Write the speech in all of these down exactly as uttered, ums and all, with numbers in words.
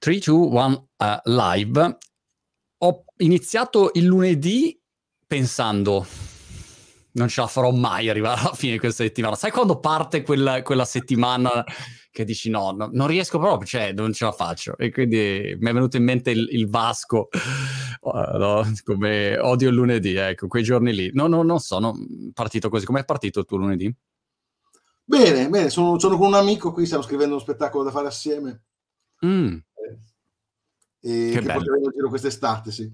tre, due, uno, uh, live. Ho iniziato il lunedì pensando non ce la farò mai arrivare alla fine di questa settimana. Sai quando parte quella, quella settimana che dici no, no, non riesco proprio, cioè non ce la faccio. E quindi mi è venuto in mente il, il Vasco, uh, no? Come odio il lunedì, ecco, quei giorni lì. No, no, non so, no, partito così. Com'è partito il tuo lunedì? Bene, bene, sono, sono con un amico qui, stiamo scrivendo uno spettacolo da fare assieme. Mm. E che che bello. porteremo in giro quest'estate, sì.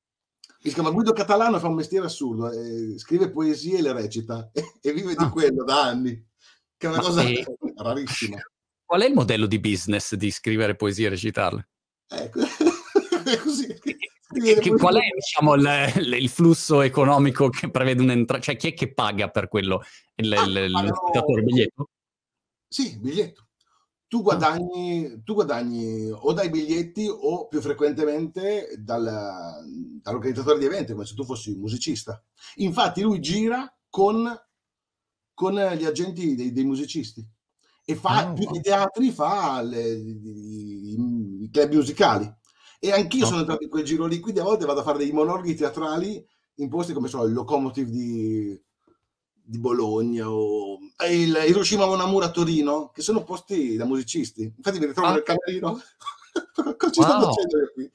Si chiama Guido Catalano e fa un mestiere assurdo, eh, scrive poesie e le recita e, e vive di Ah. quello da anni, che è una Ma cosa e... rarissima. Qual è il modello di business di scrivere poesie e recitarle? Ecco, è così. Che, che, qual è, diciamo, il, il flusso economico che prevede un'entrata? Cioè, chi è che paga per quello? Il, Ah, il, pagano... lo spettatore, il biglietto? Sì, il biglietto. Tu guadagni, tu guadagni o dai biglietti o più frequentemente dal, dall'organizzatore di eventi, come se tu fossi un musicista. Infatti lui gira con, con gli agenti dei, dei musicisti e fa, Oh, più wow. che teatri, fa le, i, i club musicali. E anch'io Oh. sono entrato in quel giro lì, quindi a volte vado a fare dei monologhi teatrali in posti come so, il Locomotive di... di Bologna o il Hiroshima Mon Amour a Torino, che sono posti da musicisti. Infatti mi ritrovo Ah. nel camerino. Cosa ci Wow. sto facendo qui?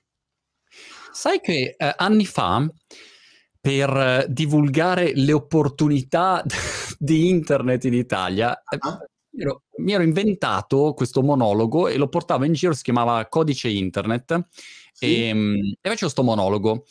Sai che eh, anni fa, per eh, divulgare le opportunità di internet in Italia, eh, Ah? mi, ero, mi ero inventato questo monologo e lo portavo in giro, si chiamava Codice Internet, Sì? e, e facevo sto monologo.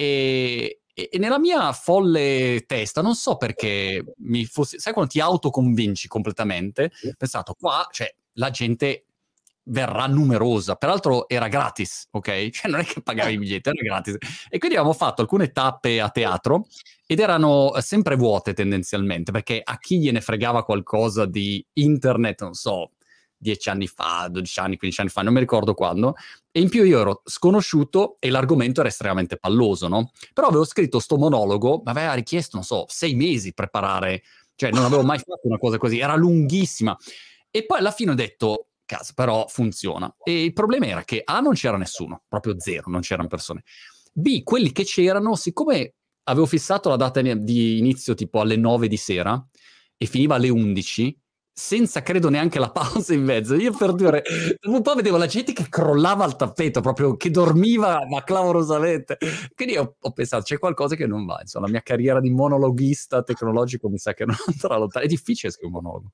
E, e, e nella mia folle testa, non so perché mi fosse... Sai quando ti autoconvinci completamente? Sì. Ho pensato, qua, cioè, la gente verrà numerosa. Peraltro era gratis, ok? Cioè non è che pagavi i biglietti, era gratis. E quindi avevamo fatto alcune tappe a teatro ed erano sempre vuote tendenzialmente, perché a chi gliene fregava qualcosa di internet, non so, dieci anni fa, dodici anni, quindici anni fa, non mi ricordo quando, e in più io ero sconosciuto e l'argomento era estremamente palloso, no? Però avevo scritto sto monologo, mi aveva richiesto, non so, sei mesi preparare, cioè non avevo mai fatto una cosa così, era lunghissima. E poi alla fine ho detto, cazzo, però funziona. E il problema era che A, non c'era nessuno, proprio zero, non c'erano persone. B, quelli che c'erano, siccome avevo fissato la data di inizio tipo alle nove di sera e finiva alle undici, senza credo neanche la pausa in mezzo, io per dire, un po' vedevo la gente che crollava al tappeto, proprio che dormiva ma clamorosamente. Quindi ho, ho pensato, c'è qualcosa che non va, insomma, la mia carriera di monologhista tecnologico mi sa che non andrà lontano. È difficile scrivere un monologo.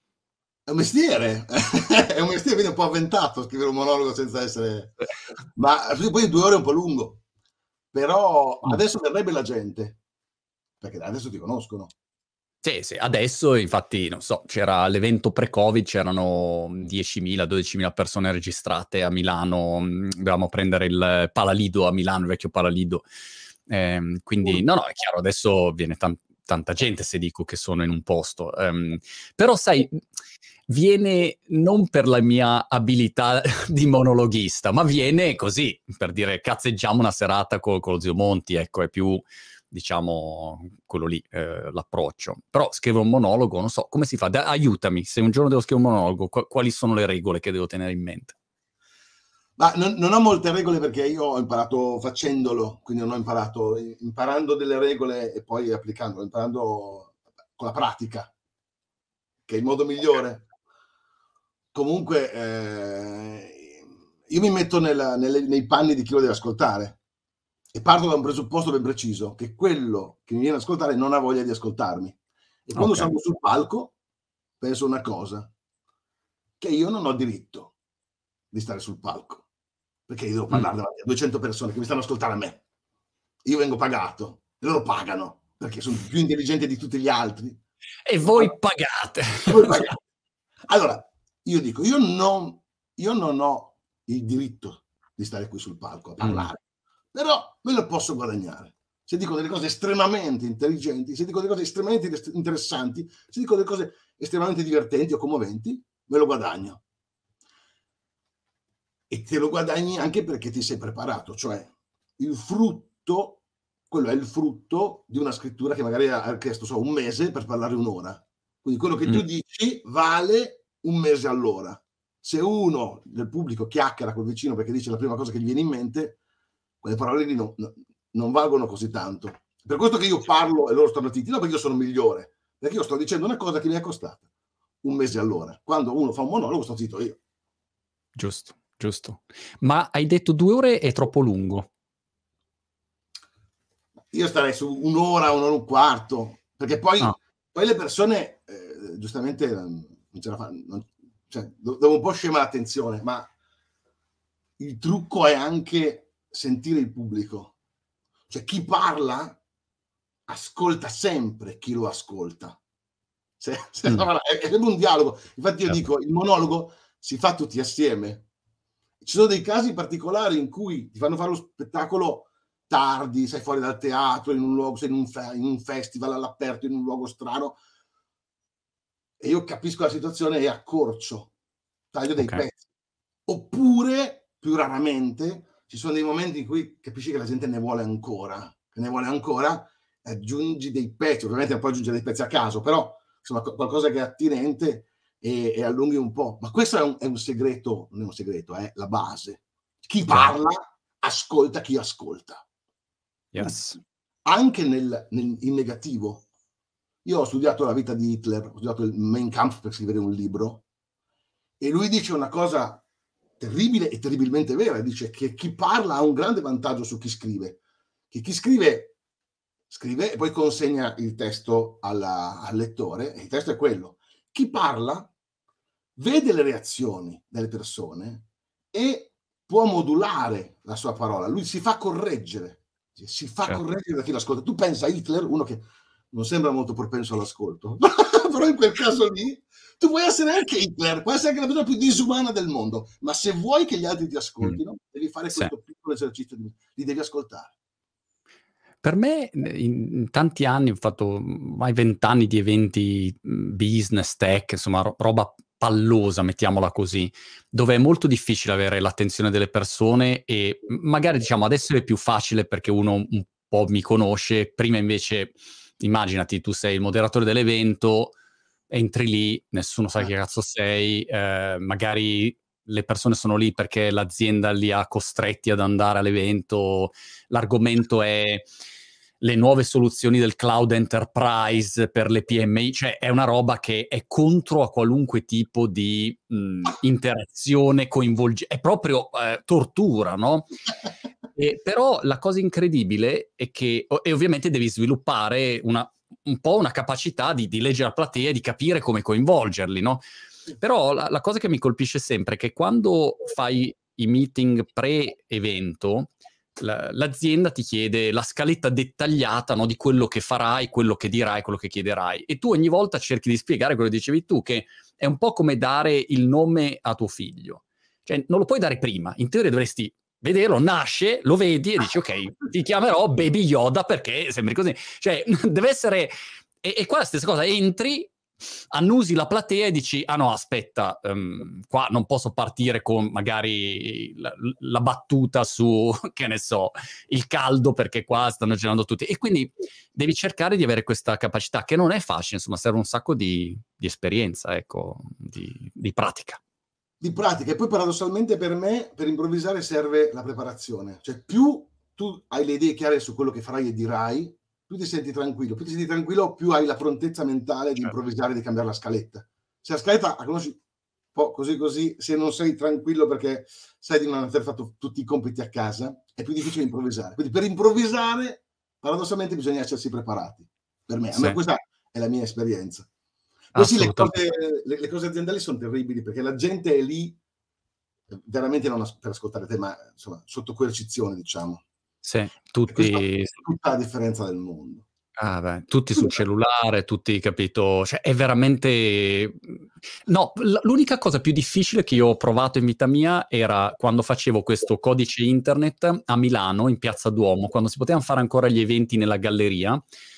È un mestiere, è un mestiere, quindi è un po' avventato scrivere un monologo senza essere... Ma poi due ore è un po' lungo, però adesso verrebbe la gente, perché adesso ti conoscono. Sì, sì, adesso infatti, non so, c'era l'evento pre-Covid, c'erano diecimila dodicimila persone registrate a Milano, dovevamo prendere il Palalido a Milano, il vecchio Palalido, eh, quindi no, no, è chiaro, adesso viene tan- tanta gente se dico che sono in un posto, um, però sai, viene non per la mia abilità di monologhista, ma viene così, per dire cazzeggiamo una serata con, con lo zio Monti, ecco, è più... diciamo, quello lì, eh, l'approccio. Però scrivere un monologo, non so, come si fa? Da- aiutami, se un giorno devo scrivere un monologo, qu- quali sono le regole che devo tenere in mente? Ma non, non ho molte regole perché io ho imparato facendolo, quindi non ho imparato imparando delle regole e poi applicandole, imparando con la pratica, che è il modo migliore. Comunque eh, io mi metto nella, nelle, nei panni di chi lo deve ascoltare e parto da un presupposto ben preciso, che quello che mi viene ad ascoltare non ha voglia di ascoltarmi. E quando Ok. salgo sul palco penso una cosa, che io non ho diritto di stare sul palco, perché io devo Mm. parlare davanti a duecento persone che mi stanno ad ascoltare a me. Io vengo pagato, e loro pagano, perché sono più intelligenti di tutti gli altri. E voi pagate. Voi pagate. Allora, io dico, io non, io non ho il diritto di stare qui sul palco a parlare, mm. però me lo posso guadagnare. Se dico delle cose estremamente intelligenti, se dico delle cose estremamente interessanti, se dico delle cose estremamente divertenti o commoventi, me lo guadagno. E te lo guadagni anche perché ti sei preparato, cioè il frutto, quello è il frutto di una scrittura che magari ha chiesto so, un mese per parlare un'ora. Quindi quello che mm. tu dici vale un mese all'ora. Se uno del pubblico chiacchiera col vicino perché dice la prima cosa che gli viene in mente, quelle parole lì non, non valgono così tanto. Per questo che io parlo e loro stanno zitti, non perché io sono migliore, perché io sto dicendo una cosa che mi è costata un mese all'ora. Quando uno fa un monologo sto zitto io. Giusto, giusto. Ma hai detto due ore è troppo lungo. Io starei su un'ora, un'ora e un quarto, perché poi, ah. poi le persone, eh, giustamente, non ce la fanno, cioè, devo un po' scema l'attenzione, ma il trucco è anche sentire il pubblico. Cioè, chi parla ascolta sempre chi lo ascolta. Se, se mm. è, è un dialogo. Infatti io certo. dico, il monologo si fa tutti assieme. Ci sono dei casi particolari in cui ti fanno fare lo spettacolo tardi, sei fuori dal teatro, in un luogo, sei in un, fe- in un festival all'aperto, in un luogo strano, e io capisco la situazione e accorcio, taglio dei okay. pezzi. Oppure, più raramente, ci sono dei momenti in cui capisci che la gente ne vuole ancora, che ne vuole ancora, aggiungi dei pezzi, ovviamente non puoi aggiungere dei pezzi a caso, però insomma qualcosa che è attinente e, e allunghi un po'. Ma questo è un, è un segreto, non è un segreto, è la base. Chi parla ascolta chi ascolta. Yes. Anche nel, nel, in negativo. Io ho studiato la vita di Hitler, ho studiato il Mein Kampf per scrivere un libro, e lui dice una cosa terribile e terribilmente vera, dice che chi parla ha un grande vantaggio su chi scrive, che chi scrive scrive e poi consegna il testo alla, al lettore, e il testo è quello. Chi parla vede le reazioni delle persone e può modulare la sua parola, lui si fa correggere. Si fa certo. correggere da chi l'ascolta. Tu pensa a Hitler, uno che non sembra molto propenso all'ascolto, però in quel caso lì tu puoi essere anche Hitler, puoi essere anche la persona più disumana del mondo, ma se vuoi che gli altri ti ascoltino, mm. devi fare sì. questo piccolo esercizio, di, li devi ascoltare. Per me, in tanti anni, ho fatto mai vent'anni di eventi business, tech, insomma, ro- roba pallosa, mettiamola così, dove è molto difficile avere l'attenzione delle persone, e magari, diciamo, adesso è più facile perché uno un po' mi conosce. Prima invece, immaginati, tu sei il moderatore dell'evento, entri lì, nessuno sa che cazzo sei, eh, magari le persone sono lì perché l'azienda li ha costretti ad andare all'evento, l'argomento è le nuove soluzioni del cloud enterprise per le P M I, cioè è una roba che è contro a qualunque tipo di mh, interazione, coinvolgimento, è proprio eh, tortura, no? E, però la cosa incredibile è che, e ovviamente devi sviluppare una, un po' una capacità di, di leggere la platea e di capire come coinvolgerli, no? Però la, la cosa che mi colpisce sempre è che quando fai i meeting pre-evento, la, l'azienda ti chiede la scaletta dettagliata, no, di quello che farai, quello che dirai, quello che chiederai, e tu ogni volta cerchi di spiegare quello che dicevi tu, che è un po' come dare il nome a tuo figlio. Cioè non lo puoi dare prima, in teoria dovresti vederlo, nasce, lo vedi e dici ok, ti chiamerò Baby Yoda perché sembri così. Cioè deve essere... E, e qua la stessa cosa, entri, annusi la platea e dici ah no aspetta, um, qua non posso partire con magari la, la battuta su, che ne so, il caldo perché qua stanno girando tutti, e quindi devi cercare di avere questa capacità che non è facile, insomma serve un sacco di, di esperienza, ecco, di, di pratica. Di pratica, e poi paradossalmente per me per improvvisare serve la preparazione, cioè più tu hai le idee chiare su quello che farai e dirai, più ti senti tranquillo, più ti senti tranquillo, più hai la prontezza mentale di certo. improvvisare, di cambiare la scaletta. Se la scaletta la conosci un po' così così, se non sei tranquillo perché sai di non aver fatto tutti i compiti a casa, è più difficile improvvisare. Quindi per improvvisare, paradossalmente, bisogna essersi preparati. Per me, sì. a me questa è la mia esperienza. Poi sì, le cose, le, le cose aziendali sono terribili, perché la gente è lì veramente non as- per ascoltare te, ma insomma, sotto coercizione, diciamo. Sì, tutti... È tutta la differenza del mondo. Ah beh, tutti sul cellulare, tutti, capito? Cioè, è veramente... No, l'unica cosa più difficile che io ho provato in vita mia era quando facevo questo codice internet a Milano, in Piazza Duomo, quando si potevano fare ancora gli eventi nella galleria.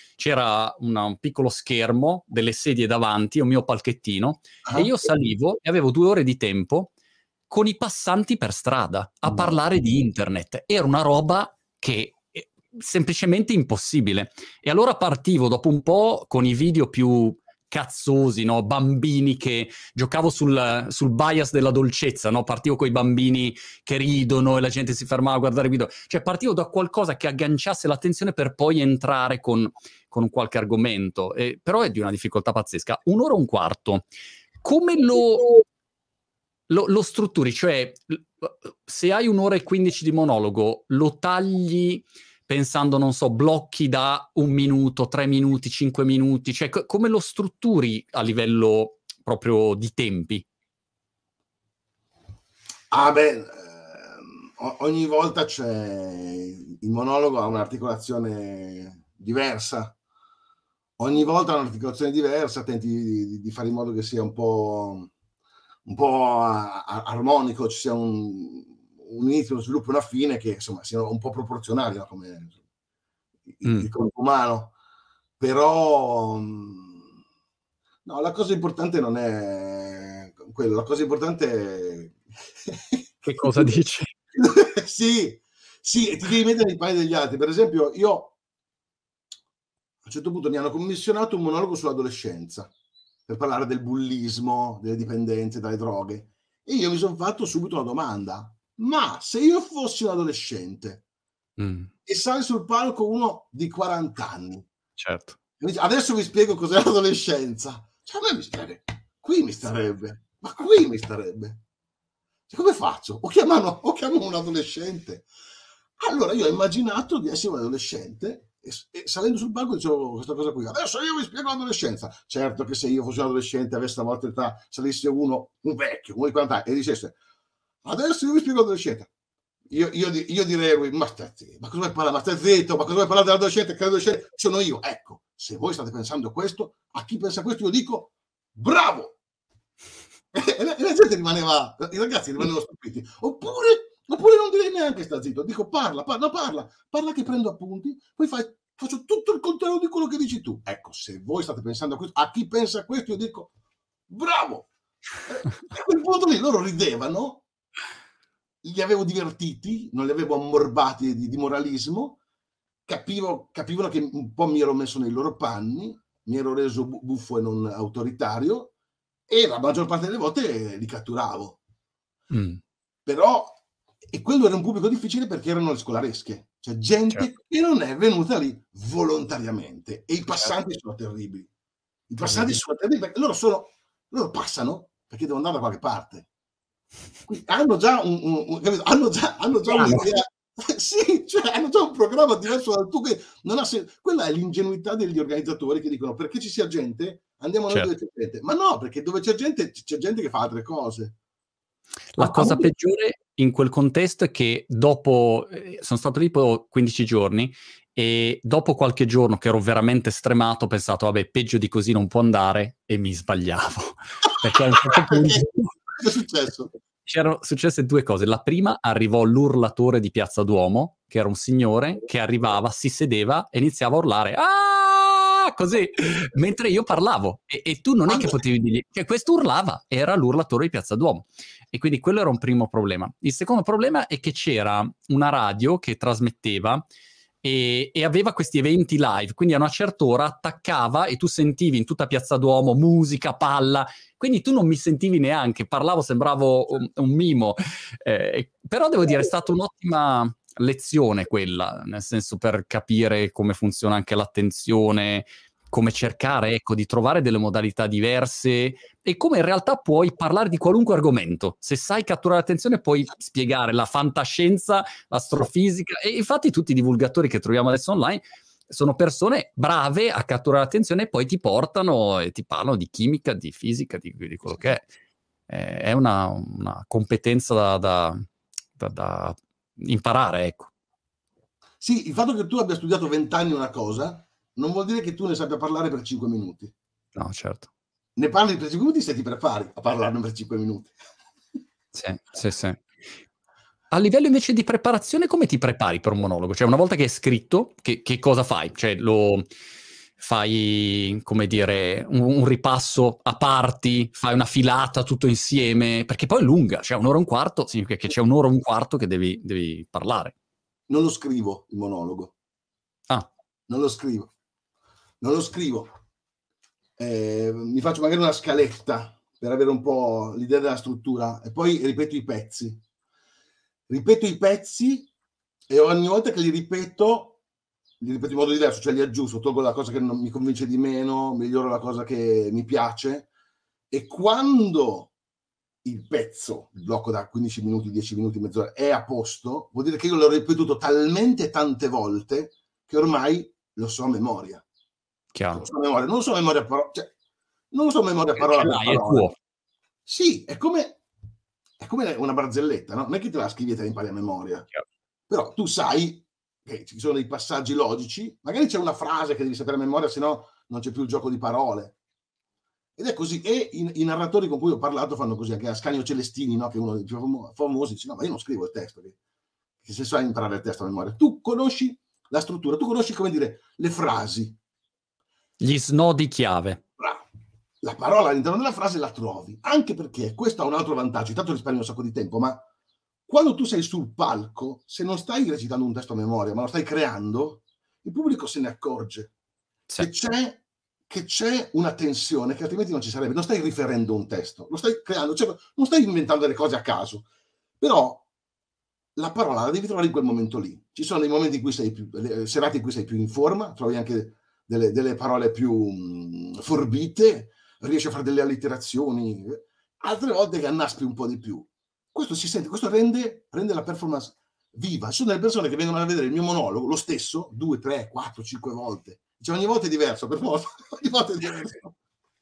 C'era una, un piccolo schermo, delle sedie davanti, un mio palchettino, ah. e io salivo e avevo due ore di tempo con i passanti per strada a no. parlare di internet. Era una roba che... semplicemente impossibile. E allora partivo dopo un po' con i video più cazzosi, no? Bambini che... Giocavo sul, sul bias della dolcezza, no? Partivo con i bambini che ridono e la gente si fermava a guardare il video. Cioè partivo da qualcosa che agganciasse l'attenzione per poi entrare con, con qualche argomento. E, però è di una difficoltà pazzesca. Un'ora e un quarto. Come lo... Lo, lo strutturi, cioè se hai un'ora e quindici di monologo, lo tagli pensando, non so, blocchi da un minuto, tre minuti, cinque minuti, cioè co- come lo strutturi a livello proprio di tempi? Ah beh, ehm, ogni volta c'è... Il monologo ha un'articolazione diversa. Ogni volta ha un'articolazione diversa, tenti di, di fare in modo che sia un po'... un po' armonico, ci sia un, un inizio, uno sviluppo e una fine che insomma siano un po' proporzionali, no? Come il, mm. il corpo umano. Però no, la cosa importante non è quello, la cosa importante è... Che cosa dici? sì, sì, e ti devi mettere nei panni degli altri. Per esempio, io a un certo punto mi hanno commissionato un monologo sull'adolescenza, per parlare del bullismo, delle dipendenze dalle droghe. E io mi sono fatto subito una domanda. Ma se io fossi un adolescente mm. e sale sul palco uno di quaranta anni, certo. Dice, adesso vi spiego cos'è l'adolescenza. Cioè, a me mi starebbe, qui mi starebbe, ma qui mi starebbe. Cioè, come faccio? O chiamano, o chiamo un adolescente. Allora io ho immaginato di essere un adolescente e, e salendo sul palco dicevo questa cosa qui. Adesso io vi spiego l'adolescenza. Certo che se io fossi un adolescente, avessi la vostra età, salisse uno, un vecchio, uno di quaranta anni, e dicesse adesso io vi spiego l'adolescenza. Io, io, io direi a lui, ma stai zitto, ma cosa vuoi parlare? Ma stai zitto, ma cosa vuoi parlare dell'adolescente? Che l'adolescente sono io. Ecco, se voi state pensando questo, a chi pensa questo io dico bravo. E la, e la gente rimaneva, i ragazzi rimanevano stupiti. Oppure, oppure non direi neanche sta zitto, dico parla, parla, parla, parla che prendo appunti, poi fai, faccio tutto il contrario di quello che dici tu. Ecco, se voi state pensando a questo, a chi pensa a questo io dico bravo. E a quel punto lì loro ridevano, li avevo divertiti, non li avevo ammorbati di, di moralismo, capivo, capivano che un po' mi ero messo nei loro panni, mi ero reso buffo e non autoritario, e la maggior parte delle volte li catturavo. Mm. Però, e quello era un pubblico difficile perché erano le scolaresche, cioè gente certo. che non è venuta lì volontariamente, e i passanti certo. sono terribili. I passanti terribili. sono terribili perché loro, sono, loro passano perché devono andare da qualche parte. Quindi hanno già un, un, un hanno già, hanno già un'idea, sì, cioè hanno già un programma diverso dal tuo, che non ha sen- quella è l'ingenuità degli organizzatori che dicono perché ci sia gente andiamo certo. noi dove c'è gente, ma no, perché dove c'è gente c'è gente che fa altre cose. La cosa peggiore in quel contesto è che dopo eh, sono stato lì poi quindici giorni e dopo qualche giorno che ero veramente stremato ho pensato vabbè peggio di così non può andare, e mi sbagliavo perché a un certo punto cosa è successo? C'erano successe due cose. La prima, arrivò l'urlatore di Piazza Duomo, che era un signore che arrivava, si sedeva e iniziava a urlare ah! Così, mentre io parlavo. E, e tu non è che potevi dirgli, cioè questo urlava, era l'urlatore di Piazza Duomo. E quindi quello era un primo problema. Il secondo problema è che c'era una radio che trasmetteva e, e aveva questi eventi live, quindi a una certa ora attaccava e tu sentivi in tutta Piazza Duomo musica, palla, quindi tu non mi sentivi neanche, parlavo, sembravo un, un mimo, eh, però devo dire è stata un'ottima lezione quella, nel senso per capire come funziona anche l'attenzione, come cercare, ecco, di trovare delle modalità diverse e come in realtà puoi parlare di qualunque argomento. Se sai catturare l'attenzione puoi spiegare la fantascienza, l'astrofisica, e infatti tutti i divulgatori che troviamo adesso online sono persone brave a catturare l'attenzione e poi ti portano e ti parlano di chimica, di fisica, di, di quello che è. Eh, è una, una competenza da, da, da, da imparare, ecco. Sì, il fatto che tu abbia studiato vent'anni una cosa non vuol dire che tu ne sappia parlare per cinque minuti. No, certo. Ne parli per cinque minuti se ti prepari a parlarne per cinque minuti. Sì, sì, sì. A livello invece di preparazione, come ti prepari per un monologo? Cioè, una volta che è scritto, che, che cosa fai? Cioè, lo fai, come dire, un, un ripasso a parti, fai una filata tutto insieme? Perché poi è lunga, cioè un'ora e un quarto, significa che c'è un'ora e un quarto che devi, devi parlare. Non lo scrivo, il monologo. Ah. Non lo scrivo. Non lo scrivo. eh, mi faccio magari una scaletta per avere un po' l'idea della struttura e poi ripeto i pezzi. Ripeto i pezzi e ogni volta che li ripeto, li ripeto in modo diverso, cioè li aggiusto, tolgo la cosa che non mi convince di meno, miglioro la cosa che mi piace, e quando il pezzo, il blocco da quindici minuti, dieci minuti, mezz'ora, è a posto, vuol dire che io l'ho ripetuto talmente tante volte che ormai lo so a memoria. Chiaro. Lo so a memoria. Non lo so a memoria, però, cioè, non lo so a memoria parola Ce per l'hai, è parola. tuo. Sì, è come, è come una barzelletta, no? Non è che te la scrivi e te la impari a memoria. Chiaro. Però tu sai che ci sono dei passaggi logici, magari c'è una frase che devi sapere a memoria, se no non c'è più il gioco di parole. Ed è così, e i, i narratori con cui ho parlato fanno così, anche Ascanio Celestini, no? Che è uno dei più famosi, dice no, ma io non scrivo il testo, che, che senso ha imparare il testo a memoria? Tu conosci la struttura, tu conosci, come dire, le frasi. Gli snodi chiave. Bravo. La parola all'interno della frase la trovi, anche perché questo ha un altro vantaggio, intanto risparmi un sacco di tempo, ma quando tu sei sul palco, se non stai recitando un testo a memoria, ma lo stai creando, il pubblico se ne accorge sì. che c'è che c'è una tensione che altrimenti non ci sarebbe. Non stai riferendo un testo, lo stai creando, cioè non stai inventando delle cose a caso, però la parola la devi trovare in quel momento lì. Ci sono dei momenti in cui sei più, serate in cui sei più in forma, trovi anche delle, delle parole più mh, forbite, riesci a fare delle allitterazioni, altre volte che annaspi un po' di più. Questo si sente, questo rende, rende la performance viva. Ci sono delle persone che vengono a vedere il mio monologo, lo stesso, due, tre, quattro, cinque volte. Cioè, ogni volta è diverso, per forza, ogni volta è diverso.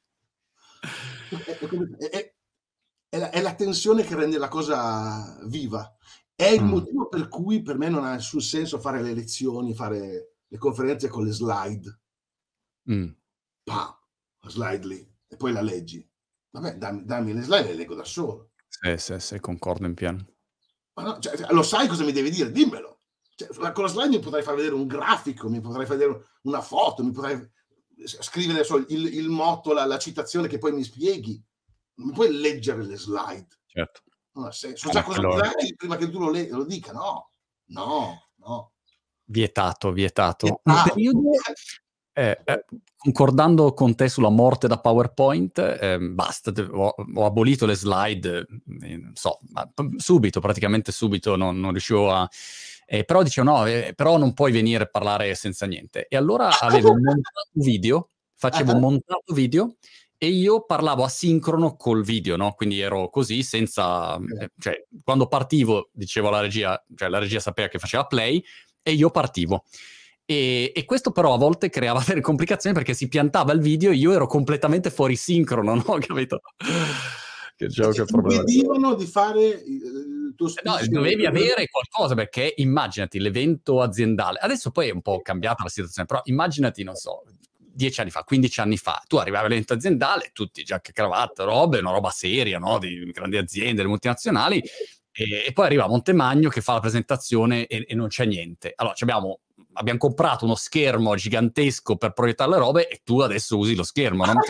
È, è, è, è, la, è la tensione che rende la cosa viva. È il mm. motivo per cui per me non ha nessun senso fare le lezioni, fare le conferenze con le slide. Mm. Pam, la slide lì, e poi la leggi. Vabbè, dammi, dammi le slide e le leggo da solo. Sì, sì, sì, concordo in pieno. Ma no, cioè, lo sai cosa mi devi dire? Dimmelo. Cioè, con la slide mi potrai far vedere un grafico, mi potrai far vedere una foto, mi potrai scrivere so, il, il motto, la, la citazione che poi mi spieghi. Non mi puoi leggere le slide. Certo. Non ha senso. So già cosa allora... dirai prima che tu lo, le- lo dica. No, no, no. Vietato, vietato. vietato. Un periodo... Eh, eh, concordando con te sulla morte da PowerPoint, eh, basta, ho, ho abolito le slide, eh, non so, ma subito, praticamente subito, non, non riuscivo a... Eh, però dicevo no, eh, però non puoi venire a parlare senza niente. E allora avevo un montato video, facevo un montato video e io parlavo asincrono col video, no? Quindi ero così, senza... Eh, cioè, quando partivo, dicevo alla regia, cioè la regia sapeva che faceva play e io partivo. E, e questo però a volte creava delle complicazioni perché si piantava il video e io ero completamente fuori sincrono, no? Capito? Che gioco, che problema. Impedivano di fare il tuo speech. No, dovevi avere qualcosa, perché immaginati l'evento aziendale. Adesso poi è un po' cambiata la situazione, però immaginati, non so, dieci anni fa, quindici anni fa, tu arrivavi all'evento aziendale, tutti giacca e cravatta, robe, una roba seria, no? Di grandi aziende, le multinazionali, e, e poi arriva Montemagno che fa la presentazione e, e non c'è niente. Allora, abbiamo abbiamo comprato uno schermo gigantesco per proiettare le robe e tu adesso usi lo schermo, no?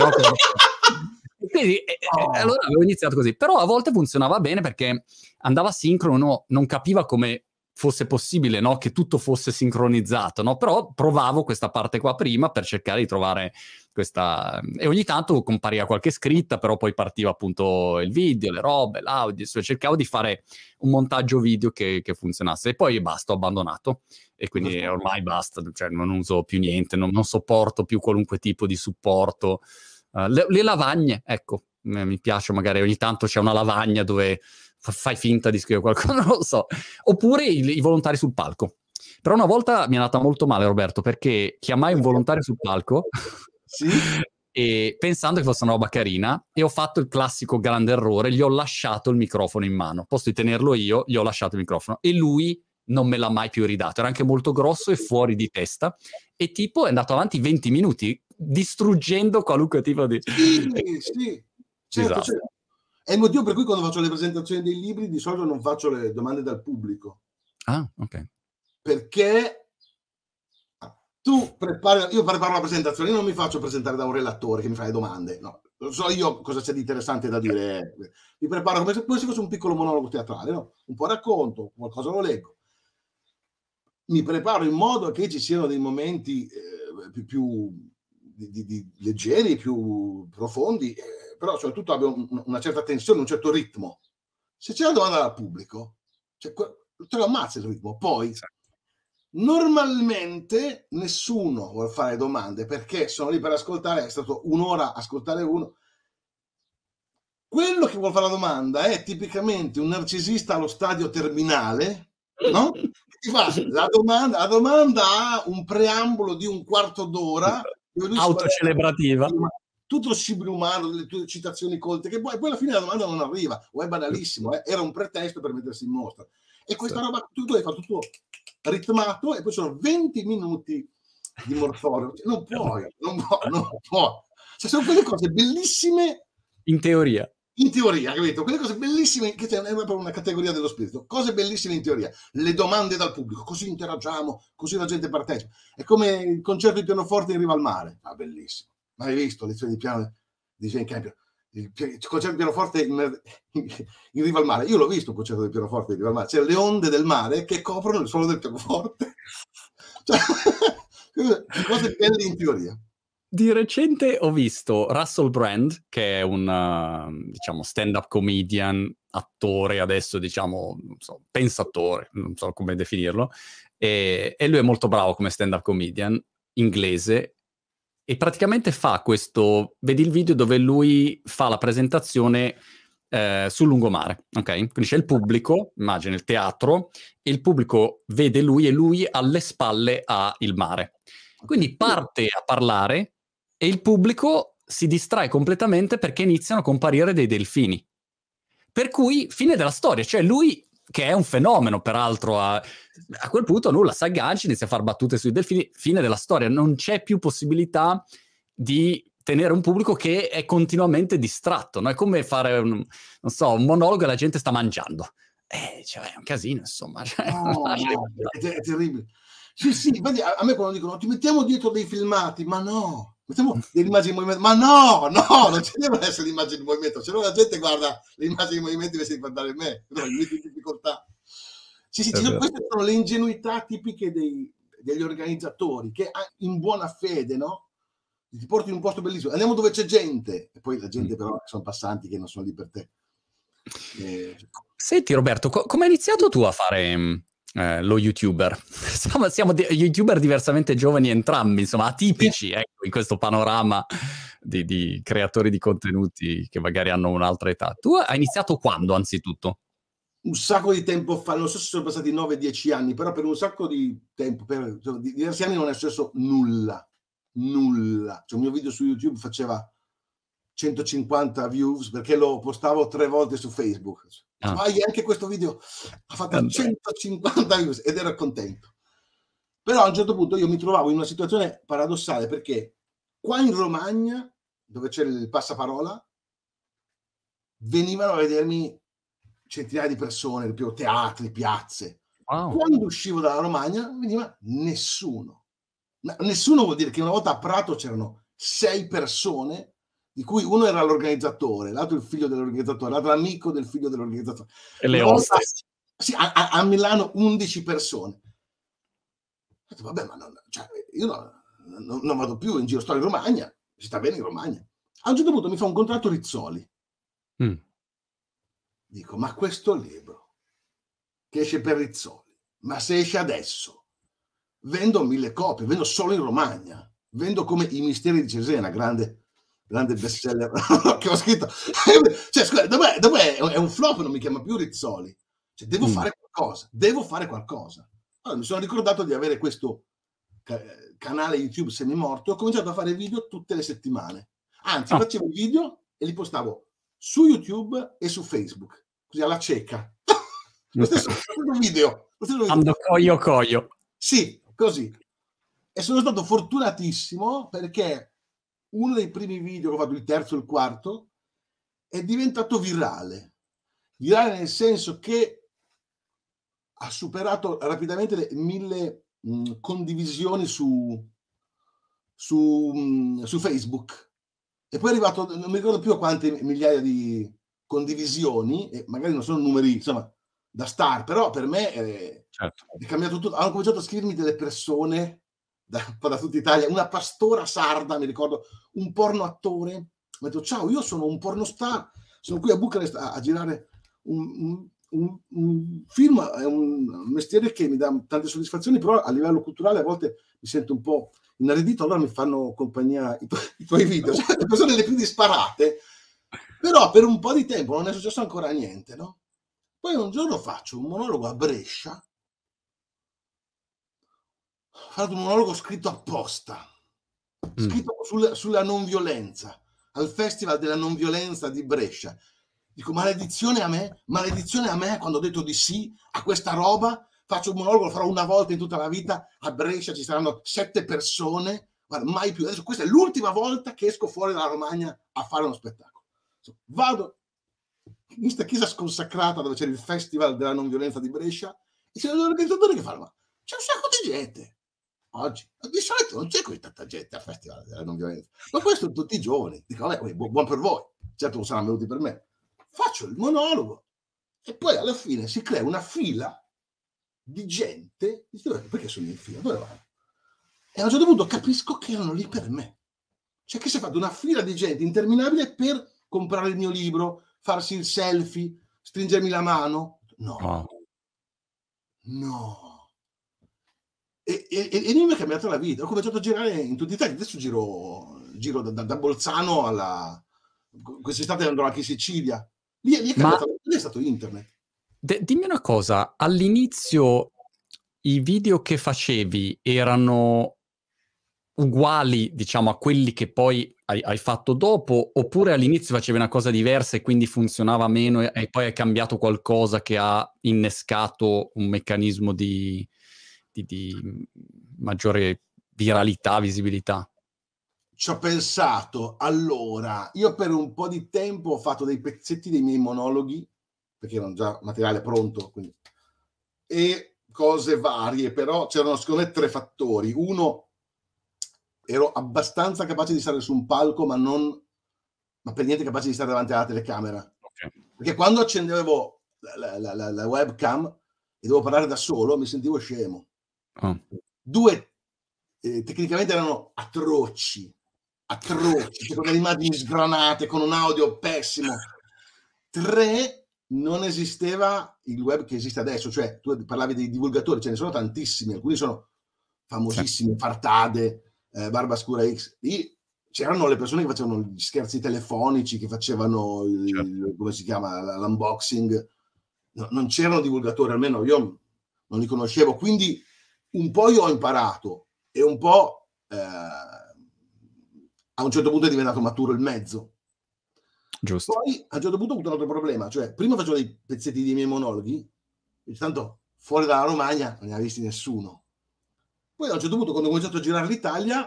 Quindi eh, oh. eh, allora avevo iniziato così, però a volte funzionava bene perché andava sincrono, no? Non capiva come fosse possibile, no? Che tutto fosse sincronizzato, no? Però provavo questa parte qua prima per cercare di trovare questa... E ogni tanto compariva qualche scritta, però poi partiva appunto il video, le robe, l'audio, cercavo di fare un montaggio video che, che funzionasse e poi basta, ho abbandonato e quindi ormai basta, cioè non uso più niente, non, non sopporto più qualunque tipo di supporto. Uh, le, le lavagne, ecco, mi piace magari ogni tanto c'è una lavagna dove fai finta di scrivere qualcosa, non lo so. Oppure i, i volontari sul palco. Però una volta mi è andata molto male, Roberto, perché chiamai un volontario sul palco sì? e pensando che fosse una roba carina e ho fatto il classico grande errore, gli ho lasciato il microfono in mano. Posto di tenerlo io, gli ho lasciato il microfono e lui non me l'ha mai più ridato. Era anche molto grosso e fuori di testa e tipo è andato avanti venti minuti distruggendo qualunque tipo di... Sì, sì, certo, certo. È il motivo per cui quando faccio le presentazioni dei libri di solito non faccio le domande dal pubblico. Ah, ok. Perché tu prepari, io preparo la presentazione, io non mi faccio presentare da un relatore che mi fa le domande, no. Lo so io cosa c'è di interessante da dire. Mi preparo come se, come se fosse un piccolo monologo teatrale, no? Un po' racconto, qualcosa lo leggo. Mi preparo in modo che ci siano dei momenti eh, più, più di, di, di leggeri, più profondi, eh, però soprattutto abbiano un, una certa tensione, un certo ritmo. Se c'è la domanda dal pubblico, cioè, te lo ammazza il ritmo. Poi, sì. Normalmente nessuno vuole fare domande perché sono lì per ascoltare, è stato un'ora ascoltare uno. Quello che vuole fare la domanda è tipicamente un narcisista allo stadio terminale, no? Ti fa la domanda, la domanda ha un preambolo di un quarto d'ora, autocelebrativa, tutto lo scibile umano, delle tue citazioni colte, che poi, poi alla fine la domanda non arriva, o è banalissimo, eh? Era un pretesto per mettersi in mostra. E questa sì. roba, tu, tu hai fatto tutto ritmato, e poi sono venti minuti di mortorio. Non puoi, non può, non può. Cioè, sono quelle cose bellissime in teoria. In teoria, capito? Quelle cose bellissime, che c'è proprio una categoria dello spirito, cose bellissime in teoria, le domande dal pubblico, così interagiamo, così la gente partecipa. È come il concerto di pianoforte in riva al mare, ah, bellissimo. Ma hai visto lezioni di piano di Jane Campion? Il, il concerto di pianoforte in, in, in riva al mare. Io l'ho visto un concerto di pianoforte in riva al mare, c'è le onde del mare che coprono il suono del pianoforte. Cioè, cose belle in teoria. Di recente ho visto Russell Brand, che è un uh, diciamo stand-up comedian, attore adesso, diciamo, non so, pensatore, non so come definirlo, e, e lui è molto bravo come stand-up comedian, inglese, e praticamente fa questo, vedi il video dove lui fa la presentazione eh, sul lungomare, ok? Quindi c'è il pubblico, immagina il teatro, e il pubblico vede lui e lui alle spalle ha il mare. Quindi parte a parlare e il pubblico si distrae completamente perché iniziano a comparire dei delfini. Per cui, fine della storia, cioè lui, che è un fenomeno peraltro, a, a quel punto nulla, si aggancia, inizia a fare battute sui delfini, fine della storia, non c'è più possibilità di tenere un pubblico che è continuamente distratto, no? È come fare un, non so, un monologo e la gente sta mangiando. Eh, cioè, è un casino, insomma. Cioè, no, no, è, è terribile. Sì, sì, vedi, a, a me quando dicono ti mettiamo dietro dei filmati, ma no, mettiamo delle immagini di movimento, ma no, no, non ci devono essere le immagini di movimento, se no la gente guarda le immagini di movimento invece di guardare me, no, in difficoltà. Sì, sì, sono, queste sono le ingenuità tipiche dei, degli organizzatori che in buona fede, no? Ti porti in un posto bellissimo, andiamo dove c'è gente, e poi la gente però sono passanti che non sono lì per te. Eh... Senti Roberto, co- come hai iniziato tu a fare... Eh, lo youtuber? Siamo, siamo di- youtuber diversamente giovani entrambi, insomma atipici, sì. Ecco, in questo panorama di, di creatori di contenuti che magari hanno un'altra età. Tu hai iniziato quando, anzitutto? Un sacco di tempo fa, non so se sono passati nove dieci anni, però per un sacco di tempo, per di diversi anni non è successo nulla, nulla. Cioè, il mio video su YouTube faceva centocinquanta views perché lo postavo tre volte su Facebook. Ah. Ma anche questo video ha fatto Andrea. centocinquanta views ed ero contento. Però a un certo punto io mi trovavo in una situazione paradossale, perché qua in Romagna, dove c'è il passaparola, venivano a vedermi centinaia di persone, più teatri, piazze. Wow. Quando uscivo dalla Romagna veniva nessuno. Nessuno vuol dire che una volta a Prato c'erano sei persone, di cui uno era l'organizzatore, l'altro il figlio dell'organizzatore, l'altro l'amico del figlio dell'organizzatore. E le oste. Sì, a, a, a Milano undici persone. Ho detto, vabbè, ma non, cioè, io non, non, non vado più in giro, sto in Romagna, si sta bene in Romagna. A un certo punto mi fa un contratto Rizzoli. Mm. Dico, ma questo libro che esce per Rizzoli, ma se esce adesso, vendo mille copie, vendo solo in Romagna, vendo come I misteri di Cesena, grande... grande bestseller che ho scritto. Cioè, scusa, dov'è, dov'è? È un flop, non mi chiama più Rizzoli. Cioè, devo mm. fare qualcosa, devo fare qualcosa. Allora, mi sono ricordato di avere questo ca- canale YouTube semimorto e ho cominciato a fare video tutte le settimane. Anzi, oh. facevo video e li postavo su YouTube e su Facebook, così alla cieca. Lo stesso, lo stesso video. Lo stesso video. Ando coio coio. Sì, così. E sono stato fortunatissimo perché uno dei primi video che ho fatto, il terzo e il quarto, è diventato virale. Virale nel senso che ha superato rapidamente le mille mh, condivisioni su, su, mh, su Facebook. E poi è arrivato, non mi ricordo più a quante migliaia di condivisioni, e magari non sono numeri, insomma, da star, però per me è, certo. è cambiato tutto. Hanno cominciato a scrivermi delle persone da, un po' da tutta Italia, una pastora sarda, mi ricordo, un porno attore, mi ha detto ciao, io sono un pornostar, sono qui a Bucarest a, a girare un, un, un, un film, è un mestiere che mi dà tante soddisfazioni, però a livello culturale a volte mi sento un po' inaridito, allora mi fanno compagnia i, tu- i tuoi video, cioè, le persone le più disparate, però per un po' di tempo non è successo ancora niente, no? Poi un giorno faccio un monologo a Brescia, ho fatto un monologo scritto apposta, Mm. scritto sul, sulla non violenza, al Festival della Non Violenza di Brescia. Dico, maledizione a me, maledizione a me quando ho detto di sì a questa roba, faccio un monologo, lo farò una volta in tutta la vita, a Brescia ci saranno sette persone, guarda, mai più. Adesso questa è l'ultima volta che esco fuori dalla Romagna a fare uno spettacolo. Vado in questa chiesa sconsacrata dove c'era il Festival della Non Violenza di Brescia e c'erano degli organizzatori che fanno, ma c'è un sacco di gente. Oggi, di solito non c'è così tanta gente al Festival della Non Violenza, ma poi sono tutti giovani. Dico, vabbè, bu- buon per voi, certo non saranno venuti per me. Faccio il monologo e poi alla fine si crea una fila di gente. Dico, perché sono in fila? Dove vanno? E a un certo punto capisco che erano lì per me. Cioè che si è fatto una fila di gente interminabile per comprare il mio libro, farsi il selfie, stringermi la mano. No, Wow. no. E, e, e lì mi ha cambiato la vita. Ho cominciato a girare in tutta Italia. Adesso giro, giro da, da, da Bolzano alla... Quest'estate andrò anche in Sicilia. Lì, lì è cambiato, Ma lì è stato internet. de- dimmi una cosa, all'inizio i video che facevi erano uguali, diciamo, a quelli che poi hai, hai fatto dopo, oppure all'inizio facevi una cosa diversa e quindi funzionava meno e, e poi hai cambiato qualcosa che ha innescato un meccanismo di, di, di maggiore viralità, visibilità? Ci ho pensato, allora, io per un po' di tempo ho fatto dei pezzetti dei miei monologhi, perché erano già materiale pronto, quindi, e cose varie, però c'erano secondo me tre fattori. Uno, ero abbastanza capace di stare su un palco, ma non, ma per niente capace di stare davanti alla telecamera. Okay. Perché quando accendevo la, la, la, la webcam e dovevo parlare da solo, mi sentivo scemo. Oh. Due, eh, tecnicamente erano atroci, atroci, cioè con delle immagini sgranate, con un audio pessimo. Tre, non esisteva il web che esiste adesso, cioè tu parlavi dei divulgatori, ce ne sono tantissimi, alcuni sono famosissimi, sì. Fartade, eh, Barbascura X, lì c'erano le persone che facevano gli scherzi telefonici, che facevano il, certo. come si chiama, l'unboxing, no, non c'erano divulgatori, almeno io non li conoscevo, quindi un po' io ho imparato e un po' eh, a un certo punto è diventato maturo il mezzo. Giusto. Poi a un certo punto ho avuto un altro problema, cioè prima facevo dei pezzetti dei miei monologhi, e tanto fuori dalla Romagna non ne ha visti nessuno. Poi a un certo punto, quando ho cominciato a girare l'Italia,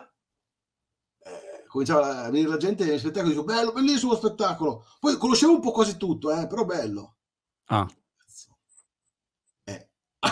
eh, cominciava a venire la gente nei spettacoli, dicevo, bello, bellissimo spettacolo. Poi conoscevo un po' quasi tutto, eh, però bello. Ah. Eh.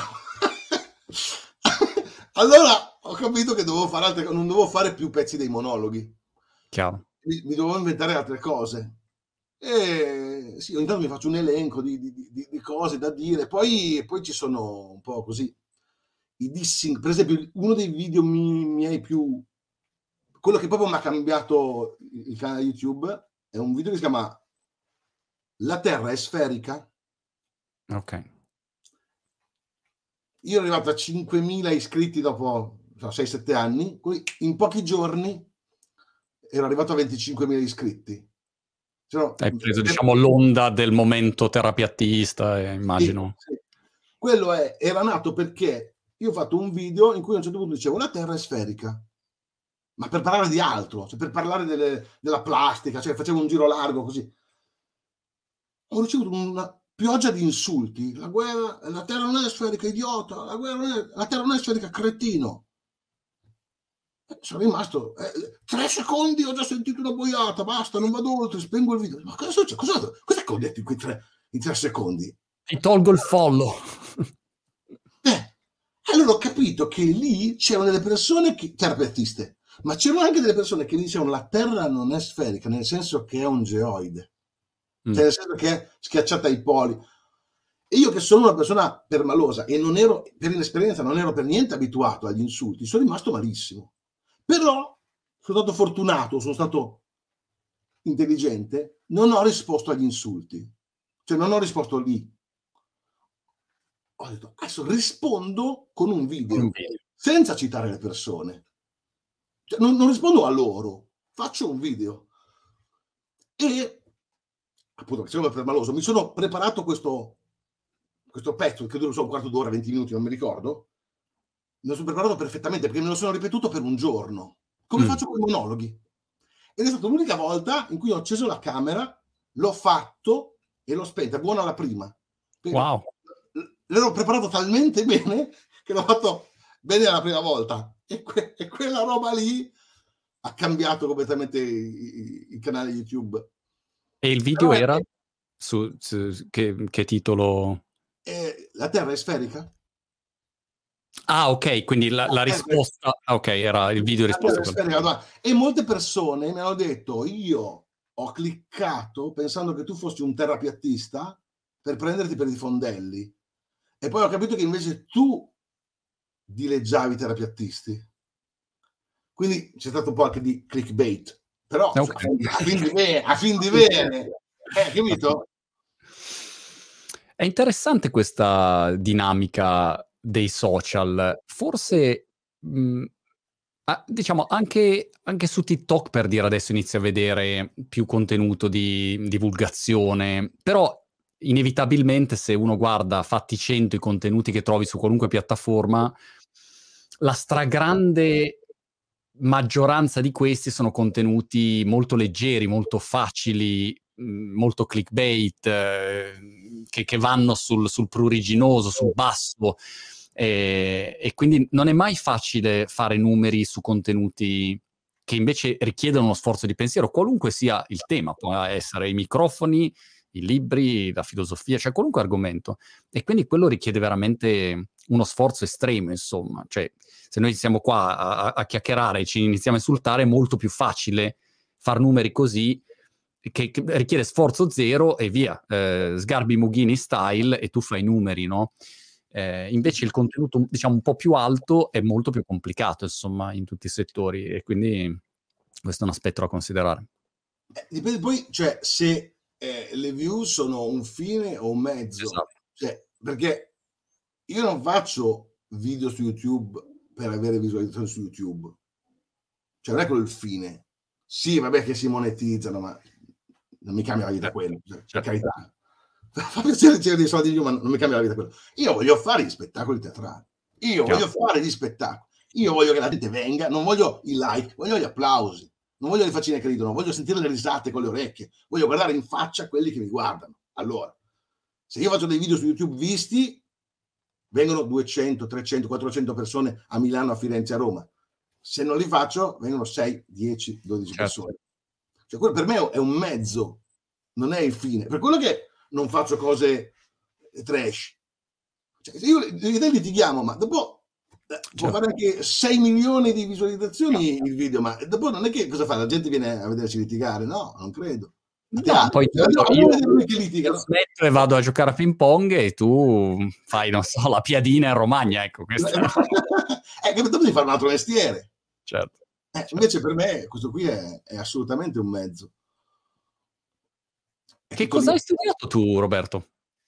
Allora ho capito che dovevo fare altre, non dovevo fare più pezzi dei monologhi. Chiaro. Mi, mi dovevo inventare altre cose. E sì, ogni tanto mi faccio un elenco di, di, di, di cose da dire, poi, poi ci sono un po' così i dissing. Per esempio, uno dei video mi, miei più, quello che proprio mi ha cambiato il canale YouTube, è un video che si chiama La Terra è sferica. Ok. Io ero arrivato a cinquemila iscritti dopo so, sei sette anni, in pochi giorni ero arrivato a venticinquemila iscritti. Cioè, Hai preso, diciamo, l'onda del momento terapiattista, eh, immagino. Sì, sì. Quello è, era nato perché io ho fatto un video in cui a un certo punto dicevo la Terra è sferica, ma per parlare di altro, cioè per parlare delle, della plastica, cioè facevo un giro largo così. Ho ricevuto una pioggia di insulti. La guerra, la Terra non è sferica, idiota, la, guerra non è, la Terra non è sferica, cretino. Sono rimasto eh, tre secondi, ho già sentito una boiata, basta, non vado oltre, spengo il video. Ma cosa succede? Cosa, cosa che ho detto in quei tre, in tre secondi? Ti tolgo il follow. Eh, allora ho capito che lì c'erano delle persone che, terapeutiste, ma c'erano anche delle persone che dicevano la Terra non è sferica, nel senso che è un geoide, mm. cioè nel senso che è schiacciata ai poli. E io che sono una persona permalosa e non ero, per inesperienza, non ero per niente abituato agli insulti, sono rimasto malissimo. Però sono stato fortunato, sono stato intelligente, non ho risposto agli insulti. Cioè non ho risposto lì. Ho detto, adesso rispondo con un video, Un video. senza citare le persone. Cioè, non, non rispondo a loro, faccio un video. E, appunto, perché sono permaloso, mi sono preparato questo, questo pezzo, che dura so, un quarto d'ora, venti minuti, non mi ricordo. Me lo sono preparato perfettamente, perché me lo sono ripetuto per un giorno, come mm. faccio con i monologhi. Ed è stata l'unica volta in cui ho acceso la camera, l'ho fatto e l'ho spenta, buona la prima. Quindi, wow. L'ero preparato talmente bene che l'ho fatto bene la prima volta. E, que- e quella roba lì ha cambiato completamente il canale YouTube. E il video Però era? È... Su, su che, che titolo? Eh, la Terra è sferica? Ah, ok, quindi la, la risposta... Ah, ok, era il video risposta. E molte persone mi hanno detto, io ho cliccato pensando che tu fossi un terapiattista per prenderti per i fondelli. E poi ho capito che invece tu dileggiavi i terapiattisti. Quindi c'è stato un po' anche di clickbait. Però okay. a, fin di bene, a fin di bene. Eh, capito? È interessante questa dinamica dei social. Forse, mh, diciamo, anche, anche su TikTok, per dire, adesso inizio a vedere più contenuto di divulgazione, però inevitabilmente se uno guarda fatti cento i contenuti che trovi su qualunque piattaforma, la stragrande maggioranza di questi sono contenuti molto leggeri, molto facili, molto clickbait, eh, che, che vanno sul, sul pruriginoso, sul basso, eh, e quindi non è mai facile fare numeri su contenuti che invece richiedono uno sforzo di pensiero, qualunque sia il tema, può essere i microfoni, i libri, la filosofia, cioè qualunque argomento. E quindi quello richiede veramente uno sforzo estremo, insomma. Cioè, se noi siamo qua a, a chiacchierare e ci iniziamo a insultare, è molto più facile far numeri così, che, che richiede sforzo zero e via. Eh, Sgarbi Mughini style e tu fai numeri, no? Eh, invece il contenuto, diciamo, un po' più alto è molto più complicato, insomma, in tutti i settori. E quindi questo è un aspetto da considerare. Eh, dipende poi, cioè, se Eh, le view sono un fine o un mezzo, esatto. Cioè, perché io non faccio video su YouTube per avere visualizzazioni su YouTube, cioè non è quello il fine. Sì, vabbè che si monetizzano, ma non mi cambia la vita quello, cioè, per carità. Fa piacere ricevere dei soldi, ma non mi cambia la vita quello. Io voglio fare gli spettacoli teatrali, io Chiaro. voglio fare gli spettacoli, io voglio che la gente venga, non voglio i like, voglio gli applausi. Non voglio le faccine che ridono, voglio sentire le risate con le orecchie, voglio guardare in faccia quelli che mi guardano. Allora, se io faccio dei video su YouTube visti, vengono duecento, trecento, quattrocento persone a Milano, a Firenze, a Roma. Se non li faccio, vengono sei, dieci, dodici certo. persone. Cioè, quello per me è un mezzo, non è il fine. Per quello che non faccio cose trash. Cioè, se io litighiamo, ma dopo... Può fare anche sei milioni di visualizzazioni il video, ma dopo non è che cosa fa? La gente viene a vederci litigare? No, non credo. No, poi certo, io, io smetto e vado a giocare a ping pong e tu fai, non so, la piadina in Romagna, ecco. Questa... è che dopo devi fare un altro mestiere. Certo. Eh, certo. Invece per me questo qui è, è assolutamente un mezzo. È che cosa lì. Hai studiato tu, Roberto?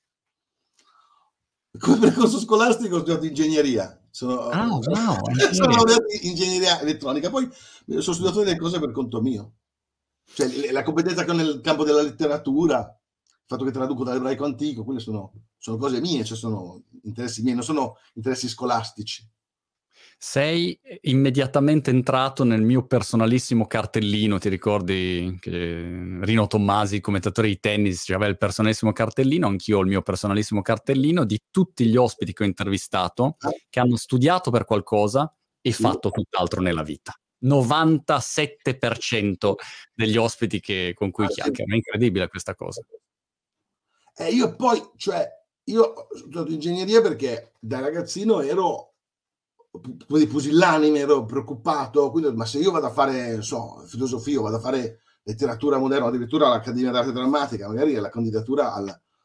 Come percorso scolastico ho studiato ingegneria. Sono, ah, wow, sono laureato in ingegneria elettronica, poi sono studiato delle cose per conto mio. Cioè, la competenza che ho nel campo della letteratura, il fatto che traduco dall'ebraico antico, quelle sono, sono cose mie, cioè sono interessi miei, non sono interessi scolastici. Sei immediatamente entrato nel mio personalissimo cartellino, ti ricordi che Rino Tommasi, commentatore di tennis, aveva il personalissimo cartellino, anch'io ho il mio personalissimo cartellino di tutti gli ospiti che ho intervistato che hanno studiato per qualcosa e sì. fatto tutt'altro nella vita. novantasette per cento degli ospiti che, con cui ah, chiacchiero, sì. È incredibile questa cosa. Eh, io poi, cioè, io ho studiato ingegneria perché da ragazzino ero di pusillanime, ero preoccupato, quindi, ma se io vado a fare, so, filosofia, vado a fare letteratura moderna, addirittura all'Accademia d'Arte Drammatica, magari alla candidatura al,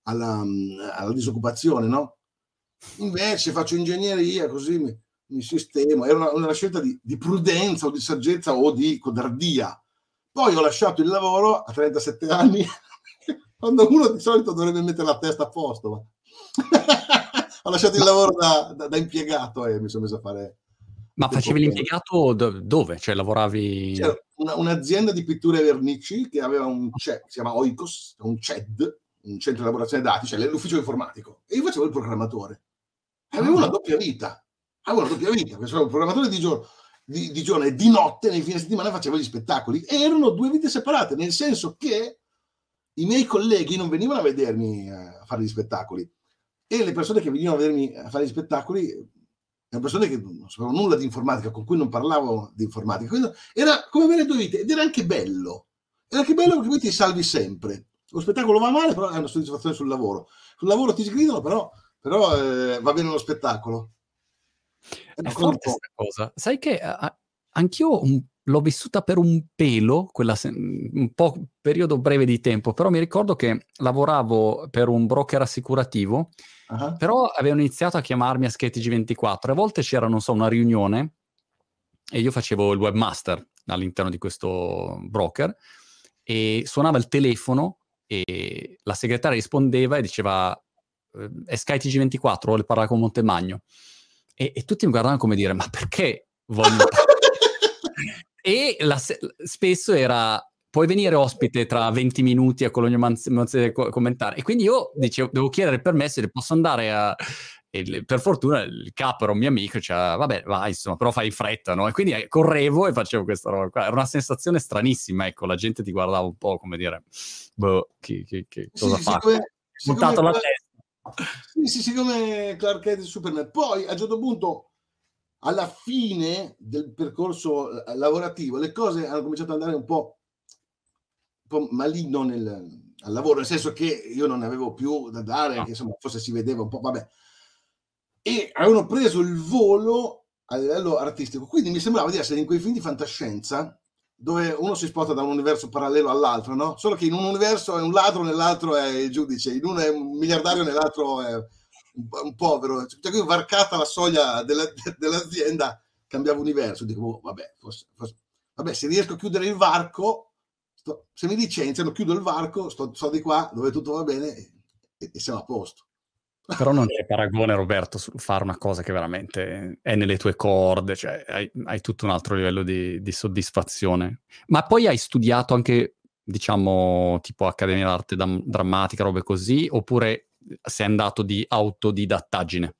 alla, alla disoccupazione, no? Invece faccio ingegneria, così mi, mi sistemo. Era una, una scelta di, di prudenza o di saggezza o di codardia. Poi ho lasciato il lavoro a trentasette anni, quando uno di solito dovrebbe mettere la testa a posto. Ma ho lasciato il lavoro da, da, da impiegato e mi sono messo a fare... Ma facevi l'impiegato do- dove? Cioè lavoravi... C'era una, un'azienda di pitture e vernici che aveva un C E D, si chiama Oikos, un C E D, un centro di elaborazione dati, cioè l'ufficio informatico. E io facevo il programmatore. E avevo una doppia vita. Avevo una doppia vita, perché sono un programmatore di giorno, di, di giorno e di notte, nei fine settimana facevo gli spettacoli. E erano due vite separate, nel senso che i miei colleghi non venivano a vedermi a fare gli spettacoli. E le persone che venivano a vedermi a fare gli spettacoli erano persone che non sapevano nulla di informatica, con cui non parlavo di informatica. Quindi era come avere due vite, ed era anche bello. Era anche bello perché poi ti salvi sempre. Lo spettacolo va male, però è una soddisfazione sul lavoro. Sul lavoro ti sgridano, però, però eh, va bene lo spettacolo. È forte questa cosa. Sai che a, anch'io un, l'ho vissuta per un pelo, quella se, un po' periodo breve di tempo, però mi ricordo che lavoravo per un broker assicurativo, uh-huh. Però avevano iniziato a chiamarmi a Sketch ventiquattro, e a volte c'era, non so, una riunione e io facevo il webmaster all'interno di questo broker e suonava il telefono e la segretaria rispondeva e diceva è Sky T G ventiquattro, vuole parlare con Montemagno. E, e tutti mi guardavano come dire, ma perché voglio... E la, spesso era, puoi venire ospite tra venti minuti a Cologno Manzese commentare. E quindi io dicevo, devo chiedere permesso, posso andare a... E per fortuna il capo era un mio amico, diceva, vabbè, vai, insomma, però fai in fretta, no? E quindi eh, correvo e facevo questa roba qua. Era una sensazione stranissima, ecco, la gente ti guardava un po' come dire, boh, chi, chi, chi, cosa sì, fa? Siccome, Montato la Clark, testa. Sì, sì, sì, come Clark Kent e Superman. Poi, a un certo punto, alla fine del percorso lavorativo, le cose hanno cominciato ad andare un po', un po' maligno nel, al lavoro, nel senso che io non ne avevo più da dare, no. Che insomma forse si vedeva un po', vabbè. E avevano preso il volo a livello artistico, quindi mi sembrava di essere in quei film di fantascienza dove uno si sposta da un universo parallelo all'altro, no? Solo che in un universo è un ladro, nell'altro è il giudice, in uno è un miliardario, nell'altro è un, un povero. Cioè, io varcata la soglia della, dell'azienda, cambiavo universo, dico, oh, vabbè, forse, forse, vabbè, se riesco a chiudere il varco, sto, se mi licenziano, chiudo il varco, sto, sto di qua dove tutto va bene e, e, e siamo a posto. Però non c'è paragone, Roberto, su fare una cosa che veramente è nelle tue corde, cioè hai, hai tutto un altro livello di, di soddisfazione. Ma poi hai studiato anche, diciamo, tipo Accademia d'Arte Dam- Drammatica, robe così, oppure sei andato di autodidattaggine?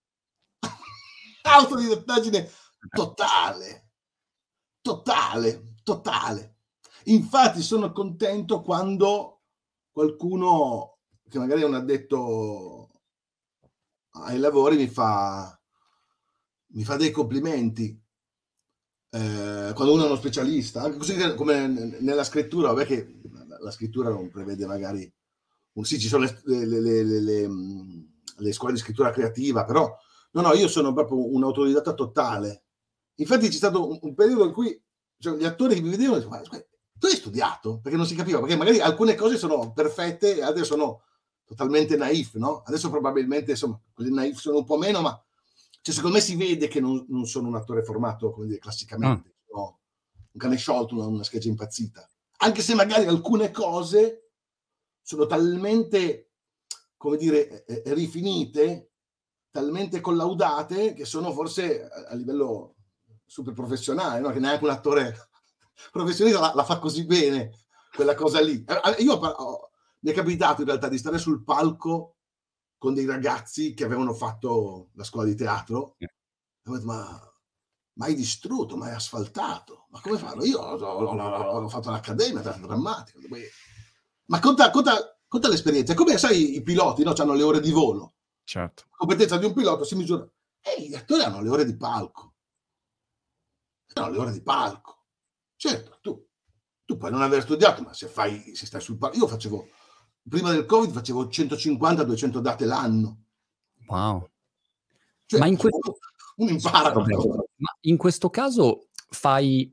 Autodidattaggine totale, totale, totale. Infatti sono contento quando qualcuno che magari è un addetto ai lavori mi fa mi fa dei complimenti eh, quando uno è uno specialista, anche così come nella scrittura, vabbè che la scrittura non prevede magari un, sì, ci sono le, le, le, le, le, le scuole di scrittura creativa, però no, no, io sono proprio un autodidatta totale. Infatti c'è stato un, un periodo in cui, cioè, gli attori che mi vedevano dicevano, tu hai studiato? Perché non si capiva, perché magari alcune cose sono perfette e altre sono totalmente naif, no? Adesso probabilmente, insomma, quelli naif sono un po' meno, ma cioè, secondo me si vede che non, non sono un attore formato, come dire, classicamente, mm. no? Un cane sciolto, una, una scheggia impazzita. Anche se magari alcune cose sono talmente, come dire, eh, rifinite, talmente collaudate, che sono forse a, a livello super professionale, no? Che neanche un attore professionista la, la fa così bene, quella cosa lì. Io ho, mi è capitato in realtà di stare sul palco con dei ragazzi che avevano fatto la scuola di teatro, e ho detto, ma ma hai distrutto, ma hai asfaltato, ma come fanno? Io ho, ho, ho, ho fatto l'accademia drammatica, ma conta, conta, conta l'esperienza, è come sai i piloti, no? Hanno le ore di volo, certo. La competenza di un pilota si misura, e gli attori hanno le ore di palco, hanno le ore di palco, certo, tu, tu puoi non aver studiato, ma se fai, se stai sul palco, io facevo, prima del Covid facevo centocinquanta duecento date l'anno. Wow. Cioè, ma, in questo, un impara, ma in questo caso fai,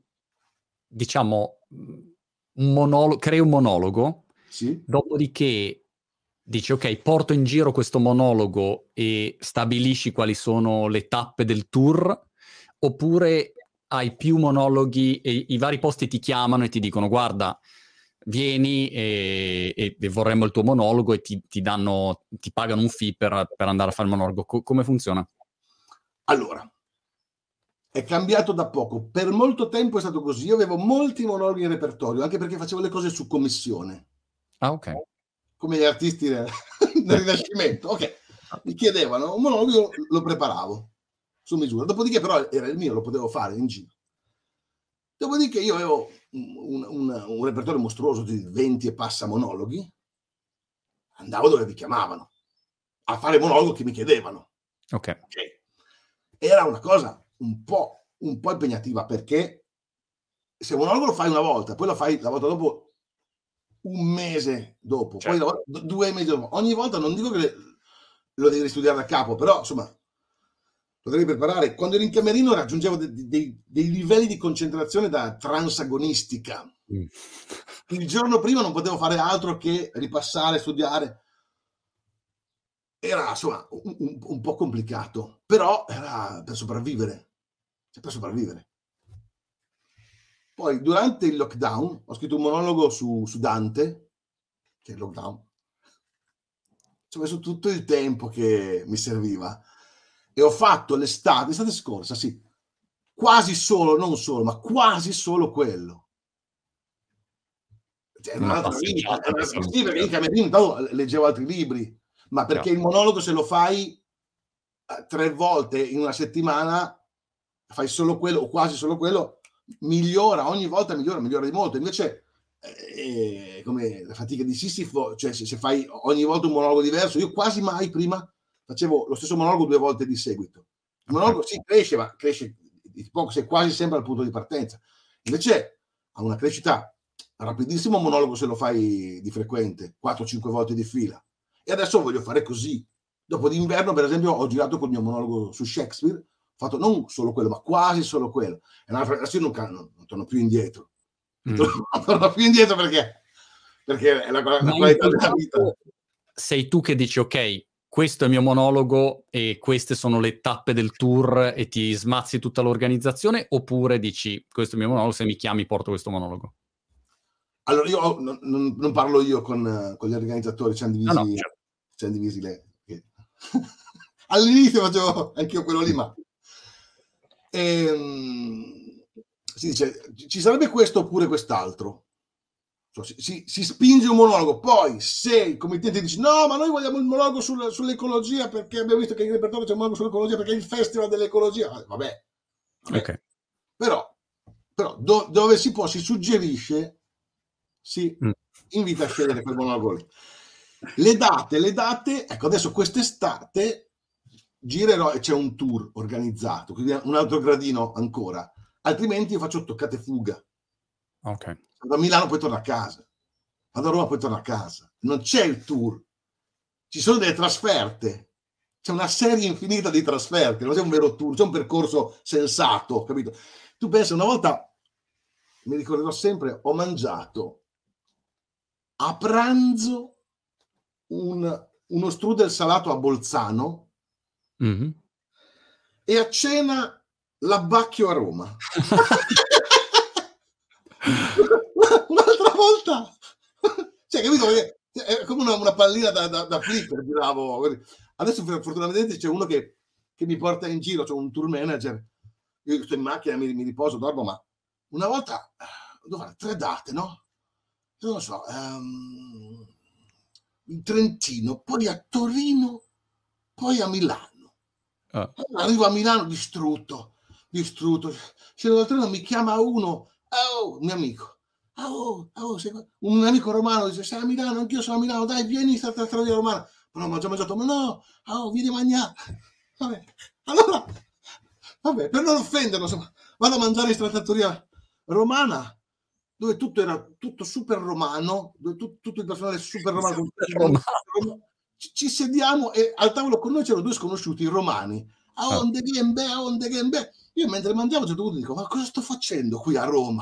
diciamo, un monologo, crei un monologo, sì. Dopodiché Dici, ok, porto in giro questo monologo e stabilisci quali sono le tappe del tour, oppure hai più monologhi e i vari posti ti chiamano e ti dicono guarda, vieni e, e, e vorremmo il tuo monologo e ti, ti danno, ti pagano un fee per, per andare a fare il monologo. Co- come funziona? Allora, è cambiato da poco. Per molto tempo è stato così. Io avevo molti monologhi in repertorio, anche perché facevo le cose su commissione. Ah, ok. Come gli artisti nel, nel Rinascimento. Ok, mi chiedevano un monologo, io lo preparavo su misura. Dopodiché però era il mio, lo potevo fare in giro. Dopodiché io avevo un, un, un repertorio mostruoso di venti e passa monologhi. Andavo dove mi chiamavano a fare monologo che mi chiedevano. Ok. Okay. Era una cosa un po', un po' impegnativa, perché se un monologo lo fai una volta, poi lo fai la volta dopo un mese dopo, certo. Poi volta, due mesi dopo, ogni volta non dico che le, lo devi studiare da capo, però insomma lo devi preparare. Quando ero in camerino raggiungevo dei, dei, dei livelli di concentrazione da transagonistica. Mm. Il giorno prima non potevo fare altro che ripassare, studiare. Era insomma un, un, un po' complicato, però era per sopravvivere, cioè per sopravvivere. Poi durante il lockdown ho scritto un monologo su, su Dante, che è il lockdown. Ci ho messo tutto il tempo che mi serviva e ho fatto l'estate, l'estate scorsa, sì, quasi solo, non solo, ma quasi solo quello. Cioè, era un'altra vita, era, sì, perché in camerino intanto leggevo altri libri, ma perché il monologo se lo fai tre volte in una settimana, fai solo quello o quasi solo quello, migliora, ogni volta migliora, migliora di molto. Invece eh, come la fatica di Sisifo, cioè se, se fai ogni volta un monologo diverso, io quasi mai prima facevo lo stesso monologo due volte di seguito. Il monologo sì, cresce, ma cresce di poco, sei quasi sempre al punto di partenza. Invece ha una crescita rapidissima un monologo se lo fai di frequente, quattro cinque volte di fila. E adesso voglio fare così. Dopo d'inverno, per esempio, ho girato col mio monologo su Shakespeare, ho fatto non solo quello, ma quasi solo quello. E adesso io non, non, non torno più indietro. Non torno, mm. torno più indietro perché, perché è la, la qualità della vita. Sei tu che dici, ok, questo è il mio monologo e queste sono le tappe del tour e ti smazzi tutta l'organizzazione, oppure dici, questo è il mio monologo, se mi chiami porto questo monologo? Allora, io non, non, non parlo io con, con gli organizzatori, ci hanno divisi, no, no, certo. ci hanno divisi le... All'inizio facevo anch'io quello lì, ma... Ehm, si dice, ci sarebbe questo oppure quest'altro. Cioè, si, si, si spinge un monologo, poi se il committente dice no, ma noi vogliamo il monologo sul, sull'ecologia perché abbiamo visto che in repertorio c'è un monologo sull'ecologia perché è il festival dell'ecologia, vabbè, vabbè. Okay. Però, però do, dove si può, si suggerisce, si mm. invita a scegliere quel monologo lì. Le date, le date, ecco adesso quest'estate girerò e c'è un tour organizzato, quindi un altro gradino ancora, altrimenti io faccio toccate e fuga. Ok. Da Milano poi torno a casa, vado a Roma poi torno a casa, non c'è il tour, ci sono delle trasferte, c'è una serie infinita di trasferte, non c'è un vero tour, c'è un percorso sensato, capito? Tu pensa, una volta, mi ricorderò sempre, ho mangiato a pranzo un, uno strudel salato a Bolzano mm-hmm. e a cena l'abbacchio a Roma. Un'altra volta, cioè, capito? È come una, una pallina da, da, da flipper, giravo. Adesso fortunatamente c'è uno che, che mi porta in giro, c'è un tour manager. Io sto in macchina, mi, mi riposo, dormo, ma una volta devo fare tre date, no? Non lo so, um, in Trentino, poi a Torino, poi a Milano. Ah. Arrivo a Milano distrutto, distrutto. Scendo dal treno, mi chiama uno, oh, mio amico. Oh, oh, un amico romano dice sei a Milano, anch'io sono a Milano, dai vieni in stata strada romana. Ma no, ma ho già mangiato, ma no, oh, vieni a mangiare. Vabbè, allora, vabbè, per non offenderlo, insomma, vado a mangiare in trattoria romana, dove tutto era tutto super romano, dove tutto, tutto il personale super romano. Super romano. Ci, ci sediamo e al tavolo con noi c'erano due sconosciuti romani. A onde gembe, a onde gembe. Io mentre mangiavo a un certo punto dico, ma cosa sto facendo qui a Roma?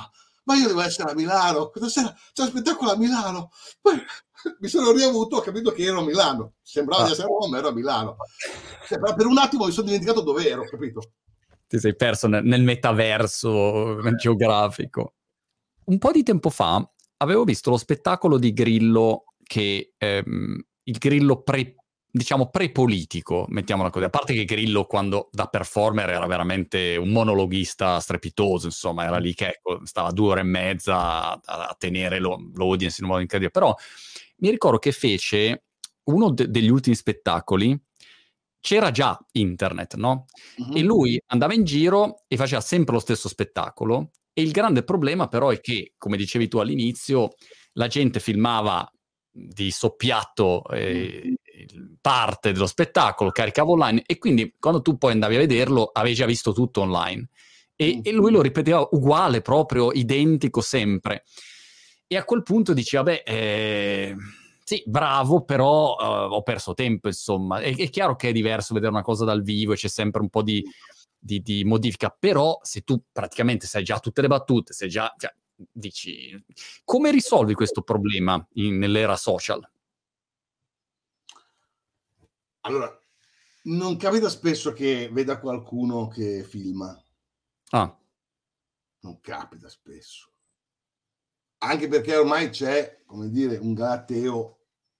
ma io devo essere a Milano, questa sera c'è un spettacolo a Milano. Poi mi sono riavuto, ho capito che ero a Milano, sembrava Ah. di essere a Roma, ero a Milano. Cioè, per un attimo mi sono dimenticato dove ero, capito? Ti sei perso nel, nel metaverso geografico. Un po' di tempo fa avevo visto lo spettacolo di Grillo che ehm, il Grillo pre, diciamo pre-politico, mettiamola così. A parte che Grillo quando da performer era veramente un monologhista strepitoso, insomma, era lì che ecco, stava due ore e mezza a, a tenere lo, l'audience in un modo incredibile. Però mi ricordo che fece uno de- degli ultimi spettacoli, c'era già internet, no? Mm-hmm. E lui andava in giro e faceva sempre lo stesso spettacolo. E il grande problema però è che, come dicevi tu all'inizio, la gente filmava di soppiatto eh, parte dello spettacolo, caricava online e quindi quando tu poi andavi a vederlo avevi già visto tutto online. E, e lui lo ripeteva uguale, proprio identico sempre. E a quel punto diceva, beh... Eh, sì, bravo, però uh, ho perso tempo, insomma. È, è chiaro che è diverso vedere una cosa dal vivo e c'è sempre un po' di, di, di modifica, però se tu praticamente sai già tutte le battute, sai già... Cioè, dici... Come risolvi questo problema in, nell'era social? Allora, non capita spesso che veda qualcuno che filma. Ah. Non capita spesso. Anche perché ormai c'è, come dire, un galateo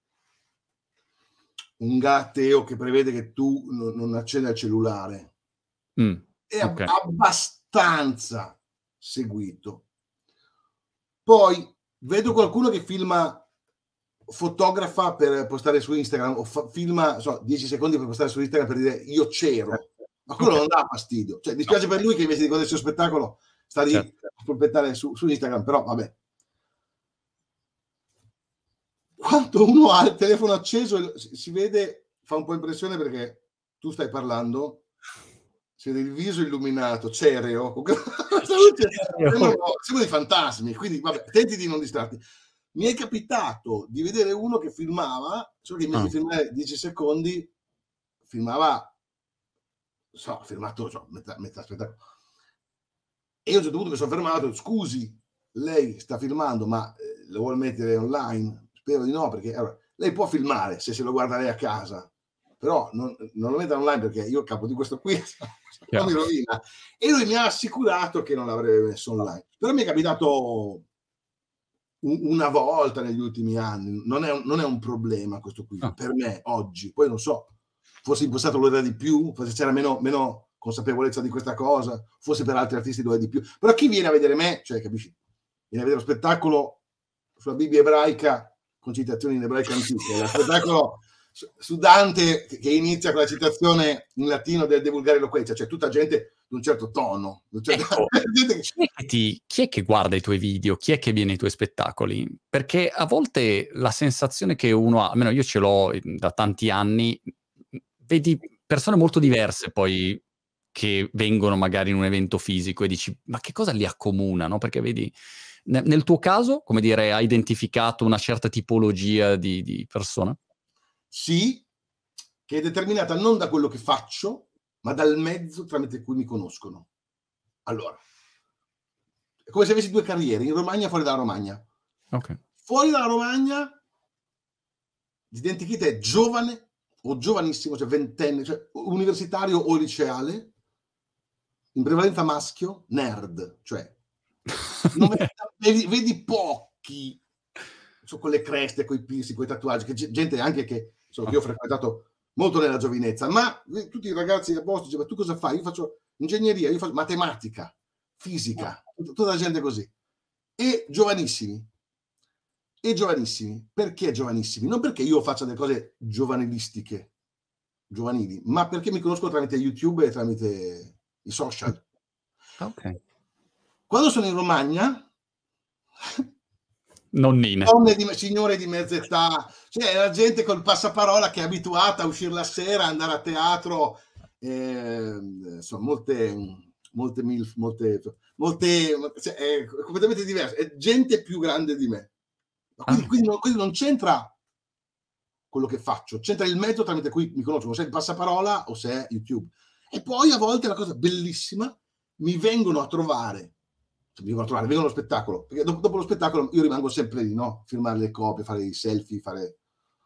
un galateo che prevede che tu non, non accenda il cellulare. Mm, è okay. abbastanza seguito. Poi vedo qualcuno che filma, fotografa per postare su Instagram o fa, filma so, dieci secondi per postare su Instagram per dire io c'ero, ma quello okay. non dà fastidio. Cioè, dispiace no. per lui che invece di godersi il suo spettacolo sta lì certo. a spolpettare su, su Instagram, però vabbè. Quando uno ha il telefono acceso si vede, fa un po' impressione perché tu stai parlando, si vede il viso illuminato, cereo, siamo dei fantasmi, quindi vabbè, tenti di non distrarti. Mi è capitato di vedere uno che filmava, solo che invece di filmare dieci secondi, filmava, so, ha filmato so, metà, metà spettacolo. E io a un certo punto mi sono fermato, scusi, lei sta filmando, ma eh, lo vuole mettere online? Spero di no, perché allora, lei può filmare se se lo guarda lei a casa, però non, non lo metta online perché io capo di questo qui non mi rovina. E lui mi ha assicurato che non l'avrebbe messo online. Però mi è capitato una volta negli ultimi anni, non è un, non è un problema questo qui, ah. per me oggi, poi non so, forse in passato lo era di più, forse c'era meno, meno consapevolezza di questa cosa, forse per altri artisti lo è di più, però chi viene a vedere me, cioè capisci, viene a vedere lo spettacolo sulla Bibbia ebraica con citazioni in ebraico antico, lo spettacolo su Dante che inizia con la citazione in latino del De Vulgare Eloquentia, cioè tutta gente di un certo tono. Cioè, ecco, che... Chi, è che ti, chi è che guarda i tuoi video? Chi è che viene ai tuoi spettacoli? Perché a volte la sensazione che uno ha, almeno io ce l'ho da tanti anni, vedi persone molto diverse poi che vengono magari in un evento fisico e dici, ma che cosa li accomuna, no? Perché vedi, nel, nel tuo caso, come dire, hai identificato una certa tipologia di, di persona? Sì, che è determinata non da quello che faccio, ma dal mezzo tramite cui mi conoscono. Allora, è come se avessi due carriere, in Romagna e fuori dalla Romagna. Okay. Fuori dalla Romagna, l'identikit è giovane o giovanissimo, cioè ventenne, cioè universitario o liceale, in prevalenza maschio, nerd, cioè non vedi, vedi pochi su quelle creste, coi piercing, coi tatuaggi, che gente anche che, insomma, che io ho frequentato molto nella giovinezza, ma tutti i ragazzi a posto dicevano, tu cosa fai? Io faccio ingegneria, io faccio matematica, fisica, tutta la gente così. E giovanissimi. E giovanissimi. Perché giovanissimi? Non perché io faccia delle cose giovanilistiche, giovanili, ma perché mi conoscono tramite YouTube e tramite i social. Ok. Quando sono in Romagna... Nonnine. Donne di, signore di mezza età, cioè la gente col passaparola che è abituata a uscire la sera, andare a teatro, eh, insomma, molte, molte milf, molte, molte cioè, è completamente diverso, è gente più grande di me. Quindi, ah. quindi, non, quindi non c'entra quello che faccio, c'entra il mezzo tramite cui mi conoscono, se è il passaparola o se è YouTube. E poi a volte la cosa bellissima, mi vengono a trovare mi vengono a trovare, vengono allo spettacolo, perché dopo, dopo lo spettacolo io rimango sempre lì, no? Firmare le copie, fare i selfie, fare...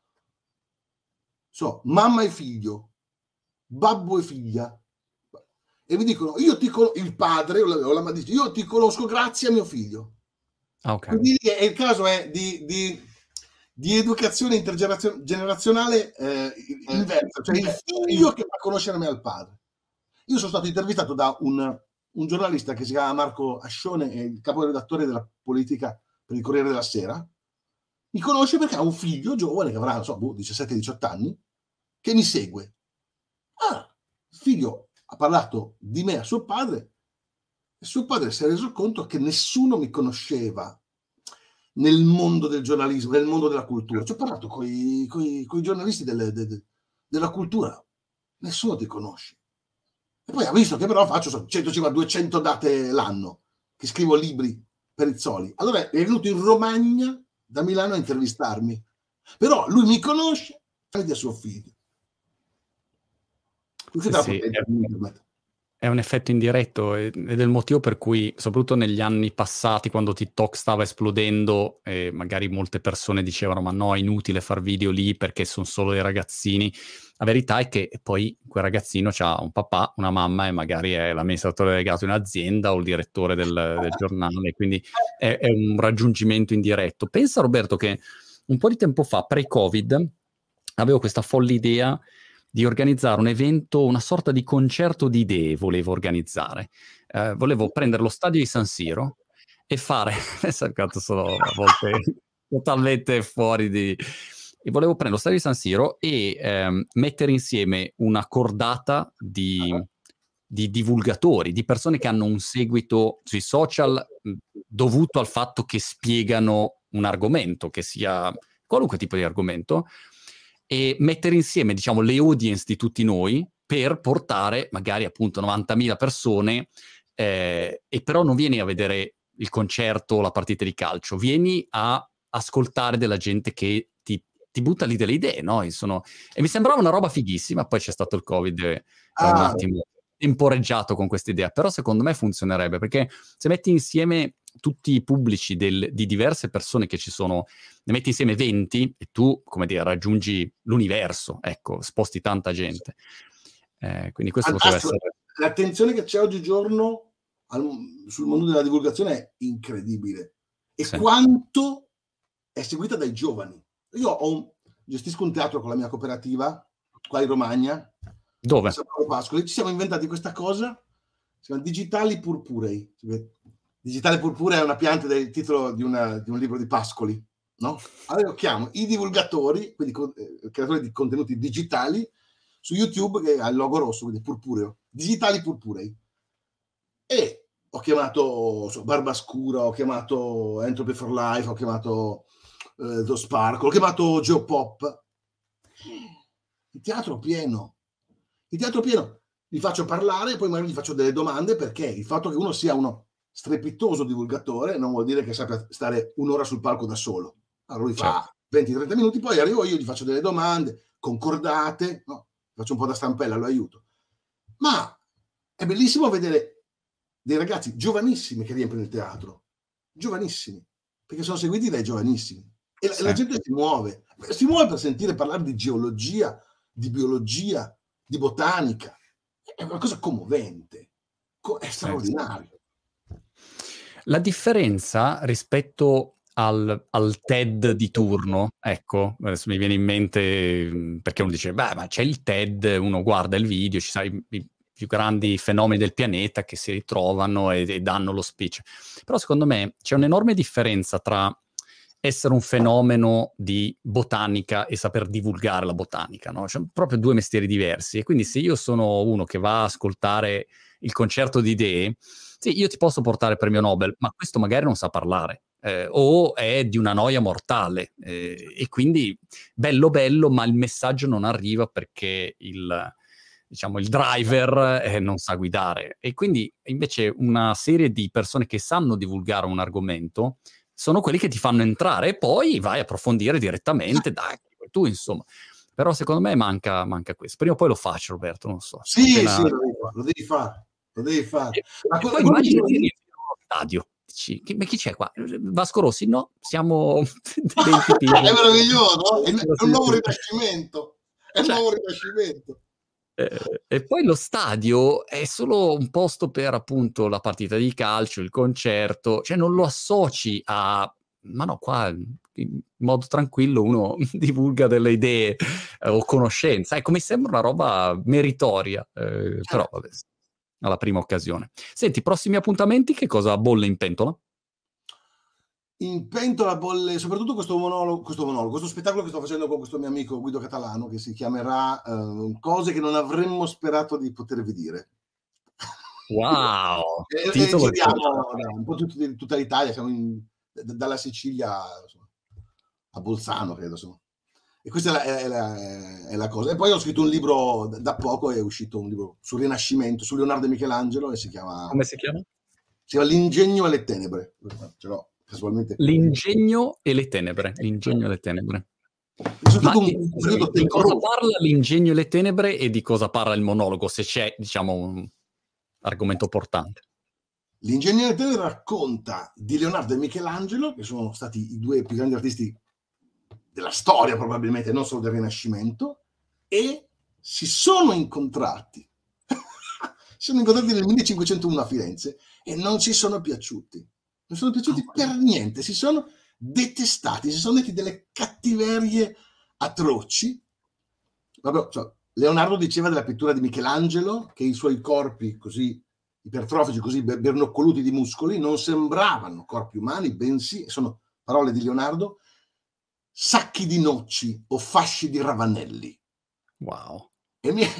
So, mamma e figlio, babbo e figlia, e mi dicono, io ti conosco, il padre o la, o la madre dice, io ti conosco grazie a mio figlio. Ah, okay. Quindi è, il caso è di, di, di educazione intergenerazionale eh, inversa, cioè il figlio che fa conoscere me al padre. Io sono stato intervistato da un, un giornalista che si chiama Marco Ascione, è il caporedattore della politica per il Corriere della Sera. Mi conosce perché ha un figlio giovane che avrà, non so, diciassette diciotto anni, che mi segue. Ah, il figlio ha parlato di me a suo padre e suo padre si è reso conto che nessuno mi conosceva nel mondo del giornalismo, nel mondo della cultura. Ci ho parlato con i giornalisti delle, de, de, della cultura, nessuno ti conosce. E poi ha visto che però faccio so, centocinquanta duecento date l'anno, che scrivo libri per Rizzoli. Allora è venuto in Romagna da Milano a intervistarmi, però lui mi conosce tramite suo figlio. Sì, sì, è, è un effetto indiretto ed è il motivo per cui, soprattutto negli anni passati, quando TikTok stava esplodendo, eh, magari molte persone dicevano ma no, è inutile far video lì perché sono solo dei ragazzini. La verità è che poi quel ragazzino ha un papà, una mamma e magari è l'amministratore delegato in un'azienda o il direttore del, del giornale, quindi è, è un raggiungimento indiretto. Pensa, Roberto, che un po' di tempo fa, pre-Covid, avevo questa folle idea di organizzare un evento, una sorta di concerto di idee volevo organizzare. Eh, volevo prendere lo stadio di San Siro e fare, quanto sono a volte totalmente fuori di... E volevo prendere lo stadio di San Siro e ehm, mettere insieme una cordata di, di divulgatori, di persone che hanno un seguito sui social mh, dovuto al fatto che spiegano un argomento, che sia qualunque tipo di argomento, e mettere insieme, diciamo, le audience di tutti noi per portare magari appunto novantamila persone, eh, e però non vieni a vedere il concerto o la partita di calcio, vieni a ascoltare della gente che ti, ti butta lì delle idee, no? E, sono... e mi sembrava una roba fighissima, poi c'è stato il Covid e ah. un attimo temporeggiato con questa idea, però secondo me funzionerebbe, perché se metti insieme tutti i pubblici del, di diverse persone che ci sono, ne metti insieme venti e tu, come dire, raggiungi l'universo, ecco, sposti tanta gente. Eh, quindi questo potrebbe essere... L'attenzione che c'è oggigiorno al, sul mondo della divulgazione è incredibile. E sì. Quanto è seguita dai giovani. Io ho un, gestisco un teatro con la mia cooperativa, qua in Romagna. Dove? Pascoli. Ci siamo inventati questa cosa, si chiama Digitali Purpurei. Digitale Purpura è una pianta del titolo di, una, di un libro di Pascoli, no? Allora io chiamo i divulgatori, quindi eh, creatori di contenuti digitali, su YouTube, che ha il logo rosso, quindi purpureo, Digitali Purpurei. E ho chiamato so, Barbascura, ho chiamato Entropy for Life, ho chiamato eh, The Sparkle, ho chiamato Geopop. Il teatro pieno. Il teatro pieno. Li faccio parlare, poi magari gli faccio delle domande, perché il fatto che uno sia uno strepitoso divulgatore non vuol dire che sappia stare un'ora sul palco da solo. Allora lui certo. fa venti trenta minuti, poi arrivo io, gli faccio delle domande concordate, no? Faccio un po' da stampella, lo aiuto. Ma è bellissimo vedere dei ragazzi giovanissimi che riempiono il teatro, giovanissimi, perché sono seguiti dai giovanissimi. E la, sì. la gente si muove, si muove per sentire parlare di geologia, di biologia, di botanica. È una cosa commovente, è straordinario. Sì. La differenza rispetto al, al TED di turno, ecco, adesso mi viene in mente, perché uno dice, beh, ma c'è il TED, uno guarda il video, ci sono i, i più grandi fenomeni del pianeta che si ritrovano e, e danno lo speech. Però secondo me c'è un'enorme differenza tra essere un fenomeno di botanica e saper divulgare la botanica, no? Cioè, proprio due mestieri diversi. E quindi se io sono uno che va a ascoltare il concerto di idee, sì, io ti posso portare il premio Nobel, ma questo magari non sa parlare, eh, o è di una noia mortale, eh, e quindi bello bello, ma il messaggio non arriva perché il, diciamo, il driver eh, non sa guidare. E quindi invece una serie di persone che sanno divulgare un argomento sono quelli che ti fanno entrare e poi vai a approfondire direttamente, dai, tu insomma. Però secondo me manca, manca questo. Prima o poi lo faccio, Roberto, non so. Sì, appena... sì, lo devi fare, lo devi fare. Lo devi fare. E, Ma e poi immagini di riempire uno stadio. Dici, chi, ma chi c'è qua? Vasco Rossi? No, siamo È meraviglioso, è, è un nuovo rinascimento, è un cioè, nuovo rinascimento. Eh, e poi lo stadio è solo un posto per appunto la partita di calcio, il concerto, cioè non lo associ a... Ma no, qua in modo tranquillo uno divulga delle idee eh, o conoscenza. Ecco, mi sembra una roba meritoria, eh, però vabbè, alla prima occasione. Senti, prossimi appuntamenti, che cosa bolle in pentola? In pentola bolle soprattutto questo monologo, questo monologo, questo spettacolo che sto facendo con questo mio amico Guido Catalano, che si chiamerà uh, Cose che non avremmo sperato di potervi dire. Wow! e, e giriamo un po' tut, tutta l'Italia, siamo in, d- dalla Sicilia insomma, a Bolzano, credo. Insomma. E questa è la, è, la, è la cosa. E poi ho scritto un libro, da poco è uscito un libro sul Rinascimento, su Leonardo e Michelangelo, e si chiama... Come si chiama? Si chiama L'ingegno e le tenebre. Ce l'ho. Casualmente. L'ingegno e le tenebre. L'ingegno e le tenebre. Ma un, di, di, di cosa parla l'ingegno e le tenebre e di cosa parla il monologo, se c'è, diciamo, un argomento portante? L'ingegno e le tenebre racconta di Leonardo e Michelangelo, che sono stati i due più grandi artisti della storia, probabilmente, non solo del Rinascimento, e si sono incontrati. si sono incontrati nel millecinquecentouno a Firenze e non si sono piaciuti. Non sono piaciuti oh, per niente, si sono detestati, si sono detti delle cattiverie atroci. Vabbè, cioè, Leonardo diceva della pittura di Michelangelo che i suoi corpi così ipertrofici, così bernoccoluti di muscoli, non sembravano corpi umani, bensì, sono parole di Leonardo, sacchi di noci o fasci di ravanelli. Wow. E, mi...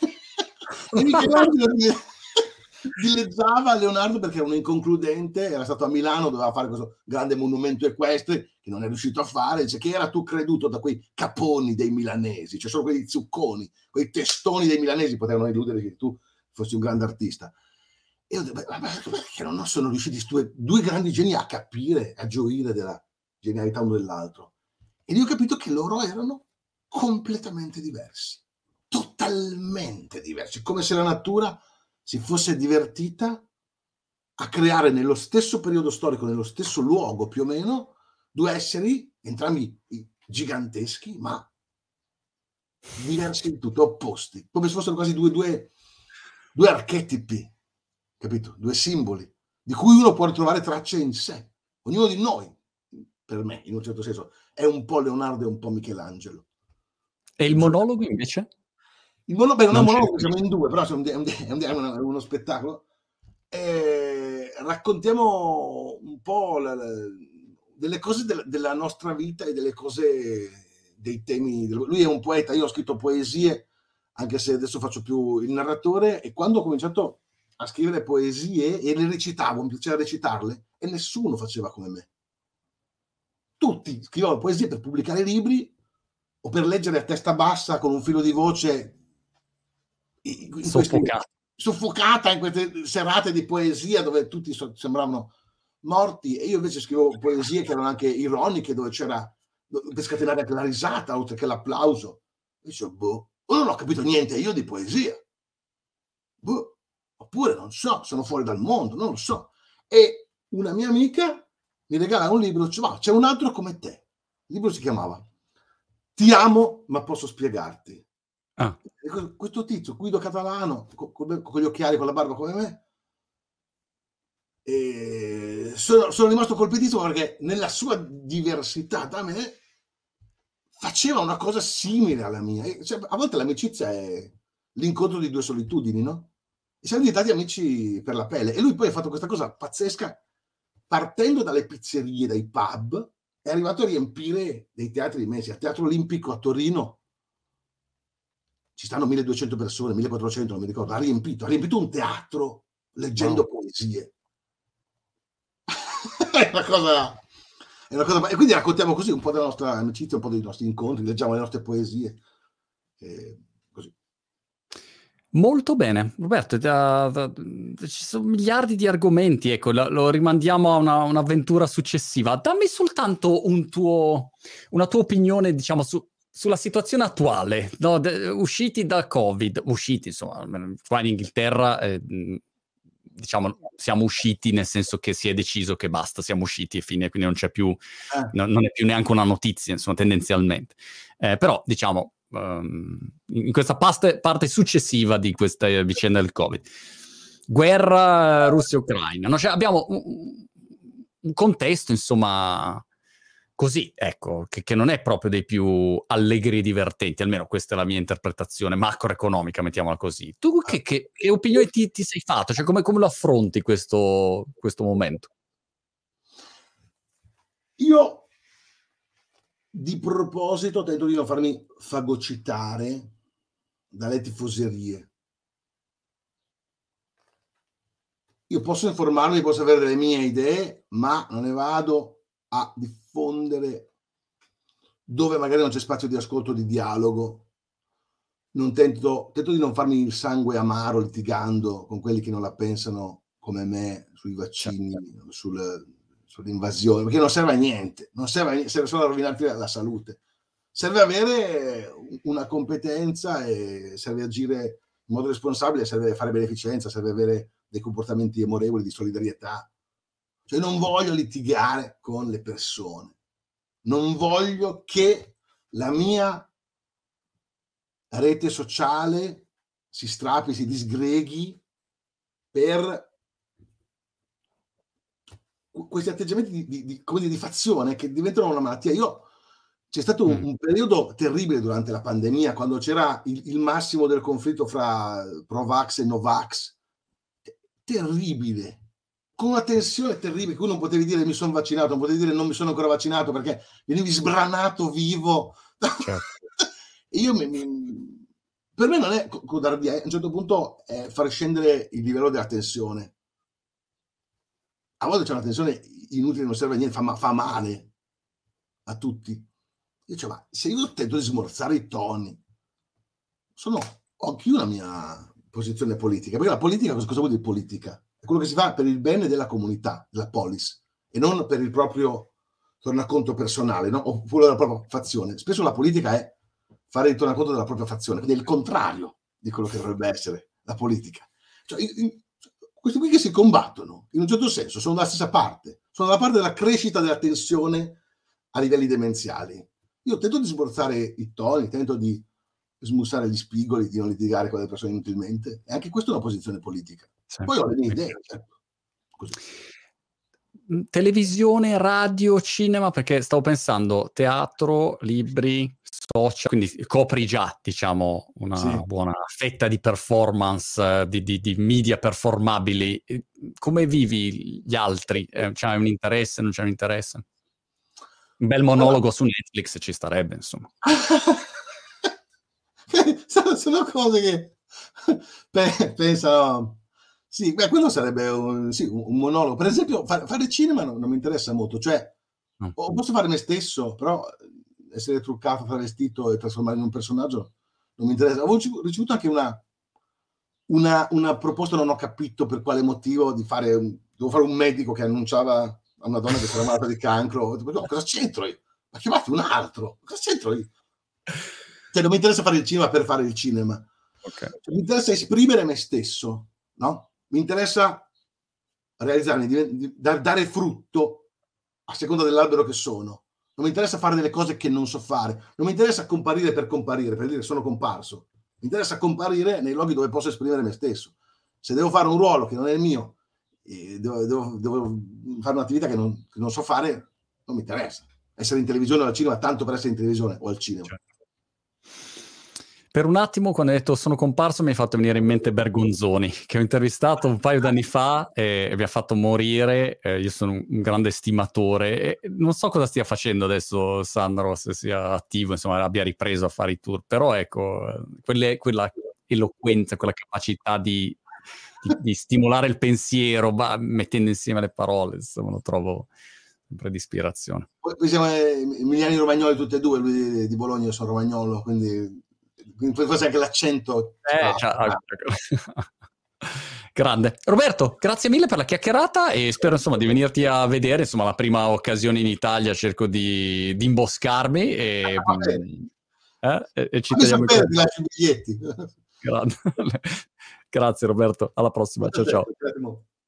e Michelangelo dileggiava Leonardo perché era un inconcludente, era stato a Milano, doveva fare questo grande monumento equestre che non è riuscito a fare, dice che era tu creduto da quei caponi dei milanesi, cioè solo quei zucconi, quei testoni dei milanesi potevano illudere che tu fossi un grande artista. E io ho detto, ma perché non sono riusciti due, due grandi geni a capire, a gioire della genialità uno dell'altro? E lì ho capito che loro erano completamente diversi, totalmente diversi, come se la natura si fosse divertita a creare nello stesso periodo storico, nello stesso luogo più o meno, due esseri, entrambi giganteschi, ma diversi in tutto, opposti, come se fossero quasi due, due, due archetipi, capito? Due simboli, di cui uno può ritrovare tracce in sé. Ognuno di noi, per me, in un certo senso, è un po' Leonardo e un po' Michelangelo. E il monologo invece? Il monologo, beh, non, non è un monologo, siamo in due, però è, un, è, un, è, un, è uno, uno spettacolo. E raccontiamo un po' la, la, delle cose della, della nostra vita e delle cose, dei temi. Lui è un poeta, io ho scritto poesie, anche se adesso faccio più il narratore, e quando ho cominciato a scrivere poesie e le recitavo, mi piaceva recitarle, e nessuno faceva come me. Tutti scrivevano poesie per pubblicare libri o per leggere a testa bassa con un filo di voce in questi, soffocata in queste serate di poesia dove tutti so, sembravano morti, e io invece scrivo poesie che erano anche ironiche, dove c'era per scatenare anche la risata oltre che l'applauso. E dicevo, boh, non ho capito niente io di poesia, boh, oppure non so, sono fuori dal mondo, non lo so. E una mia amica mi regala un libro, dice, ma c'è un altro come te. Il libro si chiamava Ti amo ma posso spiegarti. Ah. E questo tizio, Guido Catalano, con, con gli occhiali, con la barba come me, e sono, sono rimasto colpitissimo perché nella sua diversità da me faceva una cosa simile alla mia. E, cioè, a volte l'amicizia è l'incontro di due solitudini, no? E siamo diventati amici per la pelle. E lui poi ha fatto questa cosa pazzesca, partendo dalle pizzerie, dai pub, è arrivato a riempire dei teatri immensi. Al Teatro Olimpico a Torino ci stanno milleduecento persone, millequattrocento, non mi ricordo, ha riempito, ha riempito un teatro leggendo wow. poesie. È una cosa, è una cosa, e quindi raccontiamo così un po' della nostra amicizia, un po' dei nostri incontri, leggiamo le nostre poesie, e così. Molto bene, Roberto, da, da, ci sono miliardi di argomenti, ecco, lo, lo rimandiamo a una, un'avventura successiva. Dammi soltanto un tuo, una tua opinione, diciamo, su, sulla situazione attuale, no? De, usciti da Covid, usciti, insomma, qua in Inghilterra, eh, diciamo, siamo usciti nel senso che si è deciso che basta, siamo usciti e fine, quindi non c'è più, Eh. no, non è più neanche una notizia, insomma, tendenzialmente. Eh, però, diciamo, um, in questa parte, parte successiva di questa vicenda del Covid, guerra Russia-Ucraina, no? Cioè, abbiamo un, un contesto, insomma, così, ecco, che, che non è proprio dei più allegri e divertenti, almeno questa è la mia interpretazione macroeconomica, mettiamola così. Tu che, che, che opinione ti, ti sei fatto? Cioè, come, come lo affronti questo, questo momento? Io, di proposito, tento di non farmi fagocitare dalle tifoserie. Io posso informarmi, posso avere delle mie idee, ma non ne vado a diffondere dove magari non c'è spazio di ascolto, di dialogo. Non tento, tento di non farmi il sangue amaro litigando con quelli che non la pensano come me sui vaccini, certo. sul, sull'invasione, perché non serve a niente, non serve a niente, serve solo a rovinarti la salute. Serve avere una competenza e serve agire in modo responsabile, serve fare beneficenza, serve avere dei comportamenti amorevoli di solidarietà. Cioè non voglio litigare con le persone, non voglio che la mia rete sociale si strappi, si disgreghi per questi atteggiamenti di, di, di, come dire, di fazione che diventano una malattia. Io c'è stato un, mm. un periodo terribile durante la pandemia, quando c'era il, il massimo del conflitto fra Pro-Vax e No-Vax, terribile, con una tensione terribile, che uno non potevi dire mi sono vaccinato, non potevi dire non mi sono ancora vaccinato, perché venivi sbranato vivo. Certo. E io mi, mi, per me non è codardia, a un certo punto è far scendere il livello della tensione. A volte c'è una tensione inutile, non serve a niente, fa, fa male a tutti. Io dicevo, ma se io tento di smorzare i toni, sono, ho anche una mia posizione politica, perché la politica, cosa vuol dire politica? È quello che si fa per il bene della comunità, della polis, e non per il proprio tornaconto personale, no? Oppure della propria fazione. Spesso la politica è fare il tornaconto della propria fazione, quindi è il contrario di quello che dovrebbe essere la politica. Cioè, in, questi qui che si combattono, in un certo senso, sono dalla stessa parte, sono dalla parte della crescita della tensione a livelli demenziali. Io tento di smorzare i toni, tento di smussare gli spigoli, di non litigare con le persone inutilmente, e anche questa è una posizione politica. Sì. Poi ho le mie idee, certo. Così. Televisione, radio, cinema, perché stavo pensando teatro, libri, social, quindi copri già, diciamo, una sì. buona fetta di performance, di, di, di media performabili. Come vivi gli altri? Eh, c'è un interesse, non c'è un interesse? Un bel monologo su Netflix ci starebbe, insomma. Sono cose che pensano... Sì, beh, quello sarebbe un, sì, un monologo. Per esempio, fare, fare cinema non, non mi interessa molto. Cioè, no. Posso fare me stesso, però essere truccato, travestito e trasformare in un personaggio non mi interessa. Ho ricevuto anche una, una, una proposta, non ho capito per quale motivo, di fare un, devo fare un medico che annunciava a una donna che si era malata di cancro. No, cosa c'entro io? Ma chiamate un altro. Cosa c'entro io? Cioè, non mi interessa fare il cinema per fare il cinema. Okay. Cioè, mi interessa esprimere me stesso, no? Mi interessa realizzarmi, dare frutto a seconda dell'albero che sono. Non mi interessa fare delle cose che non so fare. Non mi interessa comparire per comparire, per dire sono comparso. Mi interessa comparire nei luoghi dove posso esprimere me stesso. Se devo fare un ruolo che non è il mio, e devo, devo, devo fare un'attività che non, che non so fare, non mi interessa. Essere in televisione o al cinema, tanto per essere in televisione o al cinema. Certo. Per un attimo, quando hai detto sono comparso, mi hai fatto venire in mente Bergonzoni, che ho intervistato un paio d'anni fa e, e mi ha fatto morire. Eh, io sono un, un grande stimatore e non so cosa stia facendo adesso Sandro, se sia attivo, insomma, abbia ripreso a fare i tour. Però ecco, quelle, quella eloquenza, quella capacità di, di, di stimolare il pensiero, bah, mettendo insieme le parole, insomma, lo trovo sempre di ispirazione. Poi siamo Emiliani Romagnoli tutti e due, lui di Bologna, io sono romagnolo, quindi... forse anche l'accento eh, cioè, grande. Roberto, grazie mille per la chiacchierata e spero insomma di venirti a vedere, insomma la prima occasione in Italia cerco di, di imboscarmi e, ah, eh, e ci tagliamo i biglietti. Grande. Grazie Roberto, alla prossima, ciao ciao. Perfetto,